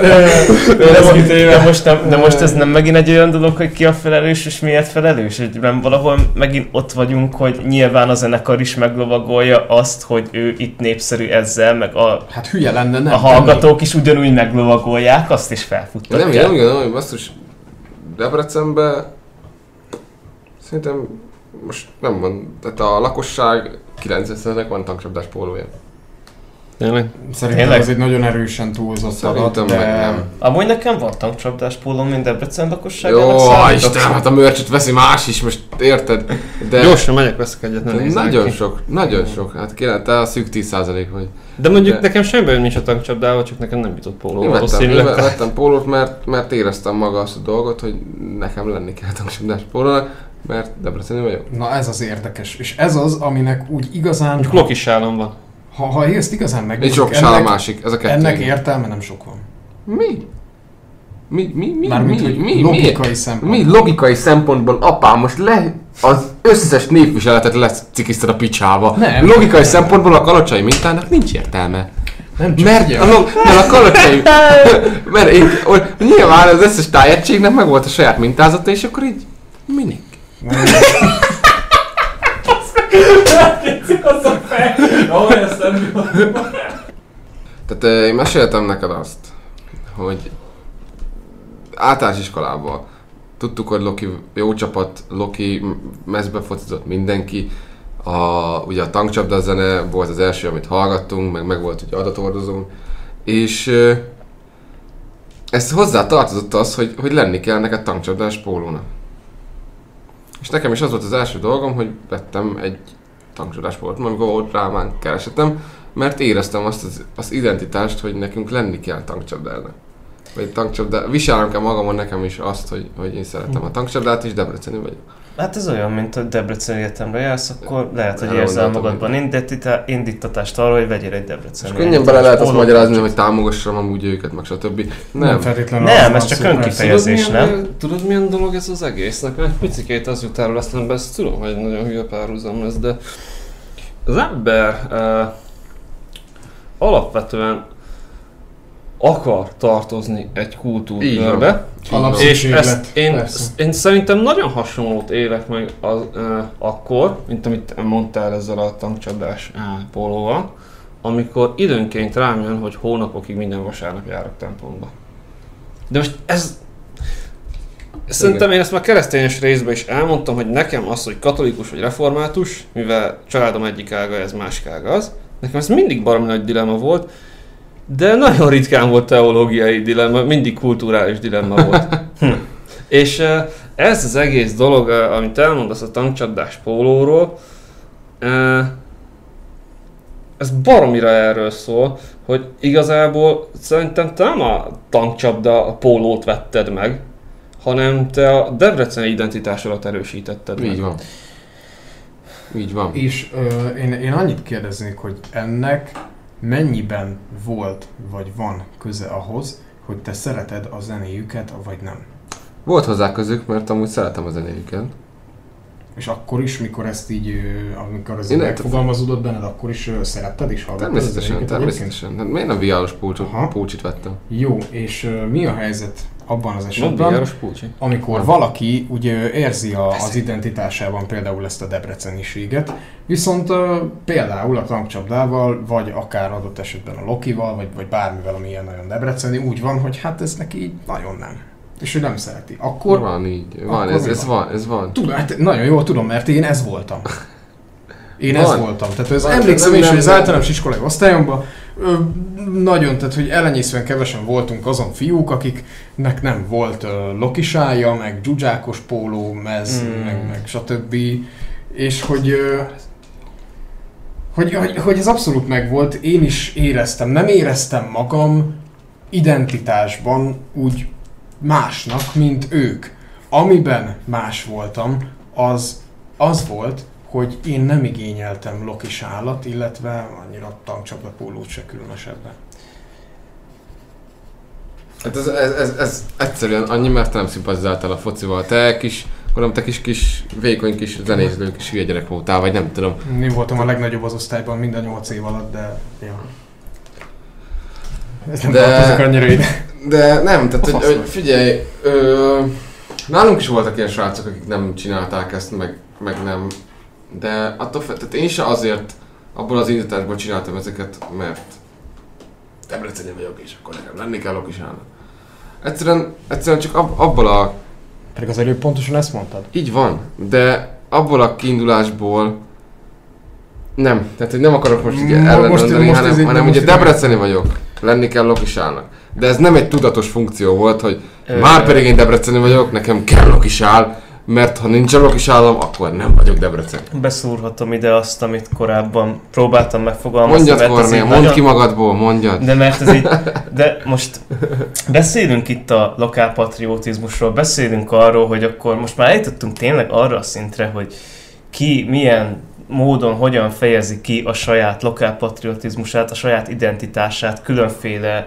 de most ez nem megint egy olyan dolog, hogy ki a felelős és miért felelős? Hogy nem valahol megint ott vagyunk, hogy nyilván a zenekar is meglovagolja azt, hogy ő itt népszerű ezzel, meg hát hülye lenne, nem? A hallgatók is ugyanúgy meglovagolják, azt is felfuttatják. Nem gondolom, hogy basszus Debrecenben szerintem most nem van, tehát a lakosság 90%-nek van tankcsapdás pólója. Tényleg? Szerintem ez egy nagyon erősen túlzott adat, de... nem. Amúgy nekem van tankcsapdás pólóm, mint Debrecen lakosságának Jó, Isten, hát a merch-et veszi más is, most érted? De... Gyorsan megyek, veszek egyet, ne nézzek Nagyon sok, hát kéne, te a szűk 10% vagy. De mondjuk nekem semmiben nincs a tankcsapdával, csak nekem nem jutott póló. Én vettem pólót, mert éreztem maga azt a dolgot, hogy nekem lenni kell tankcsapdás pólónak, mert Debreceni vagyok. Na ez az érdekes, és ez az, aminek úgy igazán... Mondjuk Loki sálom van. Ha ezt igazán megnézzük, egy sok másik, ez a kettő. Ennek értelme nem sok van. Mi? Logikai szempontból. Mi logikai szempontból, apám, most az összes népviseletet lecikiszted a picsába. Nem. Logikai szempontból a kalocsai mintának nincs értelme. Nem csak mert a kalocsai... mert nyilván az összes tájegységnek meg volt a saját mintázata, és akkor így minek? Tehát én meséltem neked azt, hogy általános iskolában tudtuk, hogy Loki jó csapat, Loki mezbe focizott mindenki, ugye a tankcsapda zene volt az első, amit hallgattunk, meg volt ugye adathordozónk, és ezt hozzá tartozott az, hogy lenni kell neked tankcsapdás pólónak. És nekem is az volt az első dolgom, hogy vettem egy tankcsapdás pólót, amikor volt rá már keresetem, mert éreztem azt az identitást, hogy nekünk lenni kell tankcsapdának. Vagy viselnem kell magamon nekem is azt, hogy én szeretem a tankcsapdát, és debreceni vagyok. Hát ez olyan, mint hogy Debreceni egyetemre jársz, akkor lehet, hogy érzel magadban indítatást arra, hogy vegyél egy Debreceni. És könnyen bele lehet azt magyarázni, hogy támogassam amúgy őket, meg stb. Nem feltétlenül. Nem, ez csak önkifejezés, nem? Tudod milyen dolog ez az egésznek? Egy picikét az jut erről eszembe, ezt tudom, hogy nagyon hülye párhuzam lesz, de az ember alapvetően akar tartozni egy kultúrkörbe, és ezt én szerintem nagyon hasonlót élek meg akkor, mint amit mondtál ezzel a tankcsapdás pólóval, amikor időnként rám jön, hogy hónapokig minden vasárnap járok templomba. De most szerintem én ezt már keresztényes részben is elmondtam, hogy nekem az, hogy katolikus vagy református, mivel családom egyik ága, ez másik ága az, nekem ez mindig baromi nagy dilemma volt, de nagyon ritkán volt teológiai dilemma, mindig kulturális dilemma volt. És ez az egész dolog, amit elmondasz a tankcsapdás pólóról, ez baromira erről szól, hogy igazából szerintem te nem a tankcsapda a pólót vetted meg, hanem te a debreceni identitásodat erősítetted meg. Így van. Így van. És én annyit kérdeznék, hogy ennek mennyiben volt, vagy van köze ahhoz, hogy te szereted a zenéjüket, vagy nem? Volt hozzá közük, mert amúgy szeretem a zenéjüket. És akkor is, mikor ezt így, amikor ez megfogalmazódott benned, akkor is szeretted is hallottad? Természetesen. Hát miért nem viálos pulcsit vettem? Jó, és mi a helyzet abban az esetben, amikor nem. Valaki ugye érzi az identitásában például ezt a debreceniséget, viszont például a tankcsapdával, vagy akár adott esetben a Lokival, vagy bármivel, ami ilyen nagyon debreceni, úgy van, hogy hát ez neki így nagyon nem. És ő nem szereti. Akkor... Van így. Van, ez van. Tudom, hát nagyon jól tudom, mert én ez voltam. Ez voltam. Tehát emlékszem is, hogy az általános iskolai osztályomban nagyon, tehát hogy ellenyészően kevesen voltunk azon fiúk, akiknek nem volt lokisája, meg dzsuzsákos póló, mez, meg stb. És hogy ez abszolút megvolt, én is éreztem, nem éreztem magam identitásban úgy másnak, mint ők. Amiben más voltam, az volt, hogy én nem igényeltem lokisálat, illetve annyira tankcsapda pólót se különösebben. Hát ez egyszerűen annyi, mert te nem szimpatizáltál a focival. Te kis vékony kis zenészlő kis hülye gyerek voltál, vagy nem tudom. Én voltam a legnagyobb az osztályban minden 8 év alatt, de... Ja. Ez nem tartozik annyira ide. De nem, tehát hogy figyelj, nálunk is voltak ilyen srácok, akik nem csinálták ezt, meg nem. De attól tehát én se azért abból az indításból csináltam ezeket, mert debreceni vagyok és akkor nekem lenni kell lokisának. Egyszerűen csak abból a... Pedig az előbb pontosan ezt mondtad? Így van, de abból a kiindulásból nem. Tehát hogy nem akarok most így ellenmondani, hanem ugye debreceni vagyok, lenni kell lokisának. De ez nem egy tudatos funkció volt, hogy már pedig én debreceni vagyok, nekem kell lokisál, mert ha nincs a lokisálom, akkor nem vagyok debreceni. Beszúrhatom ide azt, amit korábban próbáltam megfogalmazni. Mondjad, Kornél, mondd ki magadból, mondjad. De mert ez így, de most beszélünk itt a lokálpatriotizmusról, beszélünk arról, hogy akkor most már eljutottunk tényleg arra a szintre, hogy ki milyen módon, hogyan fejezi ki a saját lokálpatriotizmusát, a saját identitását, különféle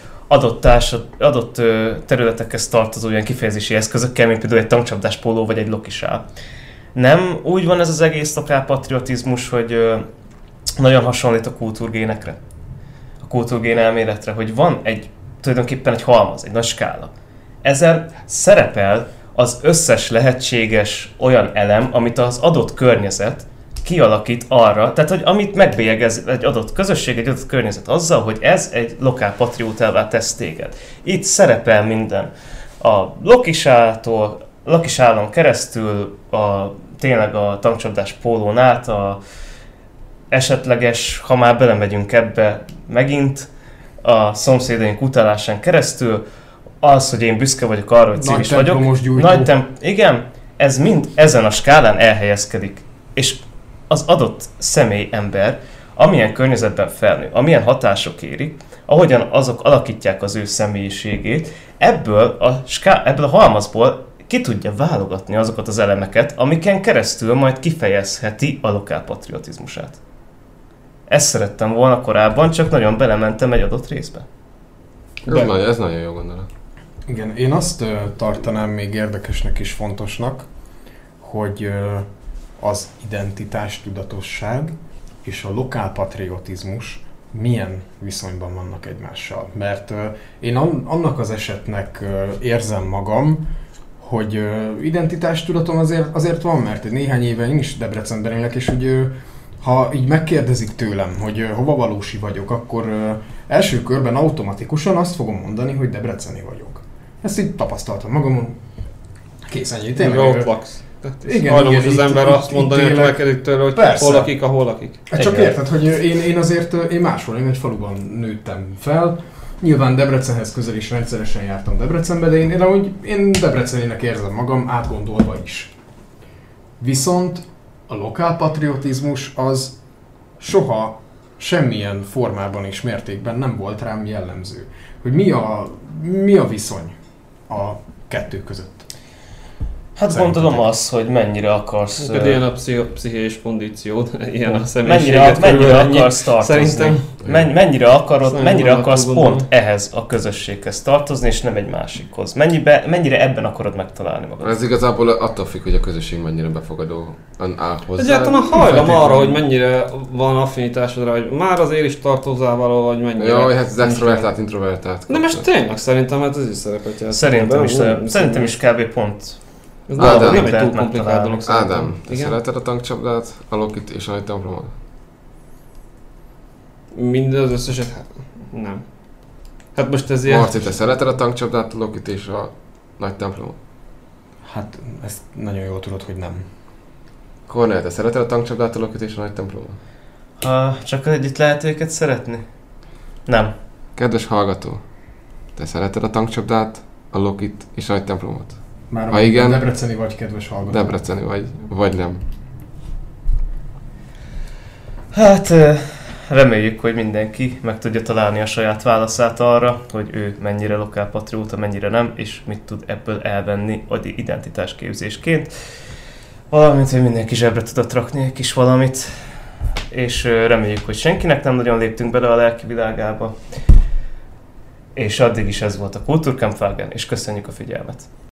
adott területekhez tartozó ilyen kifejezési eszközökkel, mint például egy tankcsapdás póló vagy egy lokisál. Nem úgy van ez az egész lokálpatriotizmus, hogy nagyon hasonlít a kultúrgénekre, a kultúrgén elméletre, hogy van tulajdonképpen egy halmaz, egy nagy skála. Ezen szerepel az összes lehetséges olyan elem, amit az adott környezet kialakít arra, tehát hogy amit megbélyegez egy adott közösség, egy adott környezet azzal, hogy ez egy lokálpatriótává tesz téged. Itt szerepel minden. A lokisálon keresztül, tényleg a tankcsapdás pólón át, esetleges, ha már belemegyünk ebbe megint, a szomszédaink utalásán keresztül, az, hogy én büszke vagyok arra, hogy civis vagyok. Igen, ez mind ezen a skálán elhelyezkedik. És az adott személy, ember, amilyen környezetben felnő, amilyen hatások érik, ahogyan azok alakítják az ő személyiségét, ebből a halmazból ki tudja válogatni azokat az elemeket, amiken keresztül majd kifejezheti a lokálpatriotizmusát. Ezt szerettem volna korábban, csak nagyon belementem egy adott részbe. Ez nagyon jó gondolat. Igen, én azt tartanám még érdekesnek és fontosnak, hogy az identitástudatosság és a lokálpatriotizmus milyen viszonyban vannak egymással. Mert én annak az esetnek érzem magam, hogy identitástudatom azért van, mert egy néhány éve én is Debrecenben élek, és hogy ha így megkérdezik tőlem, hogy hova valósi vagyok, akkor első körben automatikusan azt fogom mondani, hogy debreceni vagyok. Ezt így tapasztaltam magamon. Kész, ennyi. Tényleg. Ott laksz. Igen, hajlamos az ember azt mondani, hogy megkérdezik tőle, hogy persze. Hol lakik, ahol lakik. Csak érted, hogy én máshol, én egy faluban nőttem fel. Nyilván Debrecenhez közel is rendszeresen jártam Debrecenbe, de én debreceninek érzem magam, átgondolva is. Viszont a lokálpatriotizmus az semmilyen formában és mértékben nem volt rám jellemző. Hogy mi a viszony a kettő között? Hát gondolom az, hogy mennyire akarsz... Ilyen a pszichés kondíciód, ilyen a személyiséget mennyire akarsz tartozni. Szerintem. Mennyire akarsz pont ehhez a közösséghez tartozni, és nem egy másikhoz. Mennyire ebben akarod megtalálni magad. Ez igazából attól függ, hogy a közösség mennyire befogadó hozzá. Egyáltalán a hajlam arra, hogy mennyire van affinitásodra, hogy már azért is tartozál való, vagy mennyire... Jaj, hát az extrovertált, introvertált. De most tényleg szerintem, hát ez is szerepet játszik. Szerintem is kb. Pont. Ez nem egy túl komplikált dolog szerintem. Ádám, te szereted a tankcsapdát, a Lokit és a nagy templomot? Minden az összeset? Hát, nem. Hát most ez ilyen... Marci, te szereted a tankcsapdát, a Lokit és a nagy templomot? Hát ezt nagyon jól tudod, hogy nem. Kornél, te szereted a tankcsapdát, a Lokit és a nagy templomot? Ha csak együtt lehet őket szeretni? Nem. Kedves hallgató, te szereted a tankcsapdát, a Lokit és a nagy templomot? Már ha igen, debreceni vagy, kedves hallgató. Debreceni vagy nem. Hát reméljük, hogy mindenki meg tudja találni a saját válaszát arra, hogy ő mennyire lokálpatrióta, mennyire nem, és mit tud ebből elvenni identitásképzésként. Valamint, hogy mindenki zsebre tudott rakni egy kis valamit, és reméljük, hogy senkinek nem nagyon léptünk bele a lelki világába. És addig is ez volt a Kulturkampfwagen, és köszönjük a figyelmet!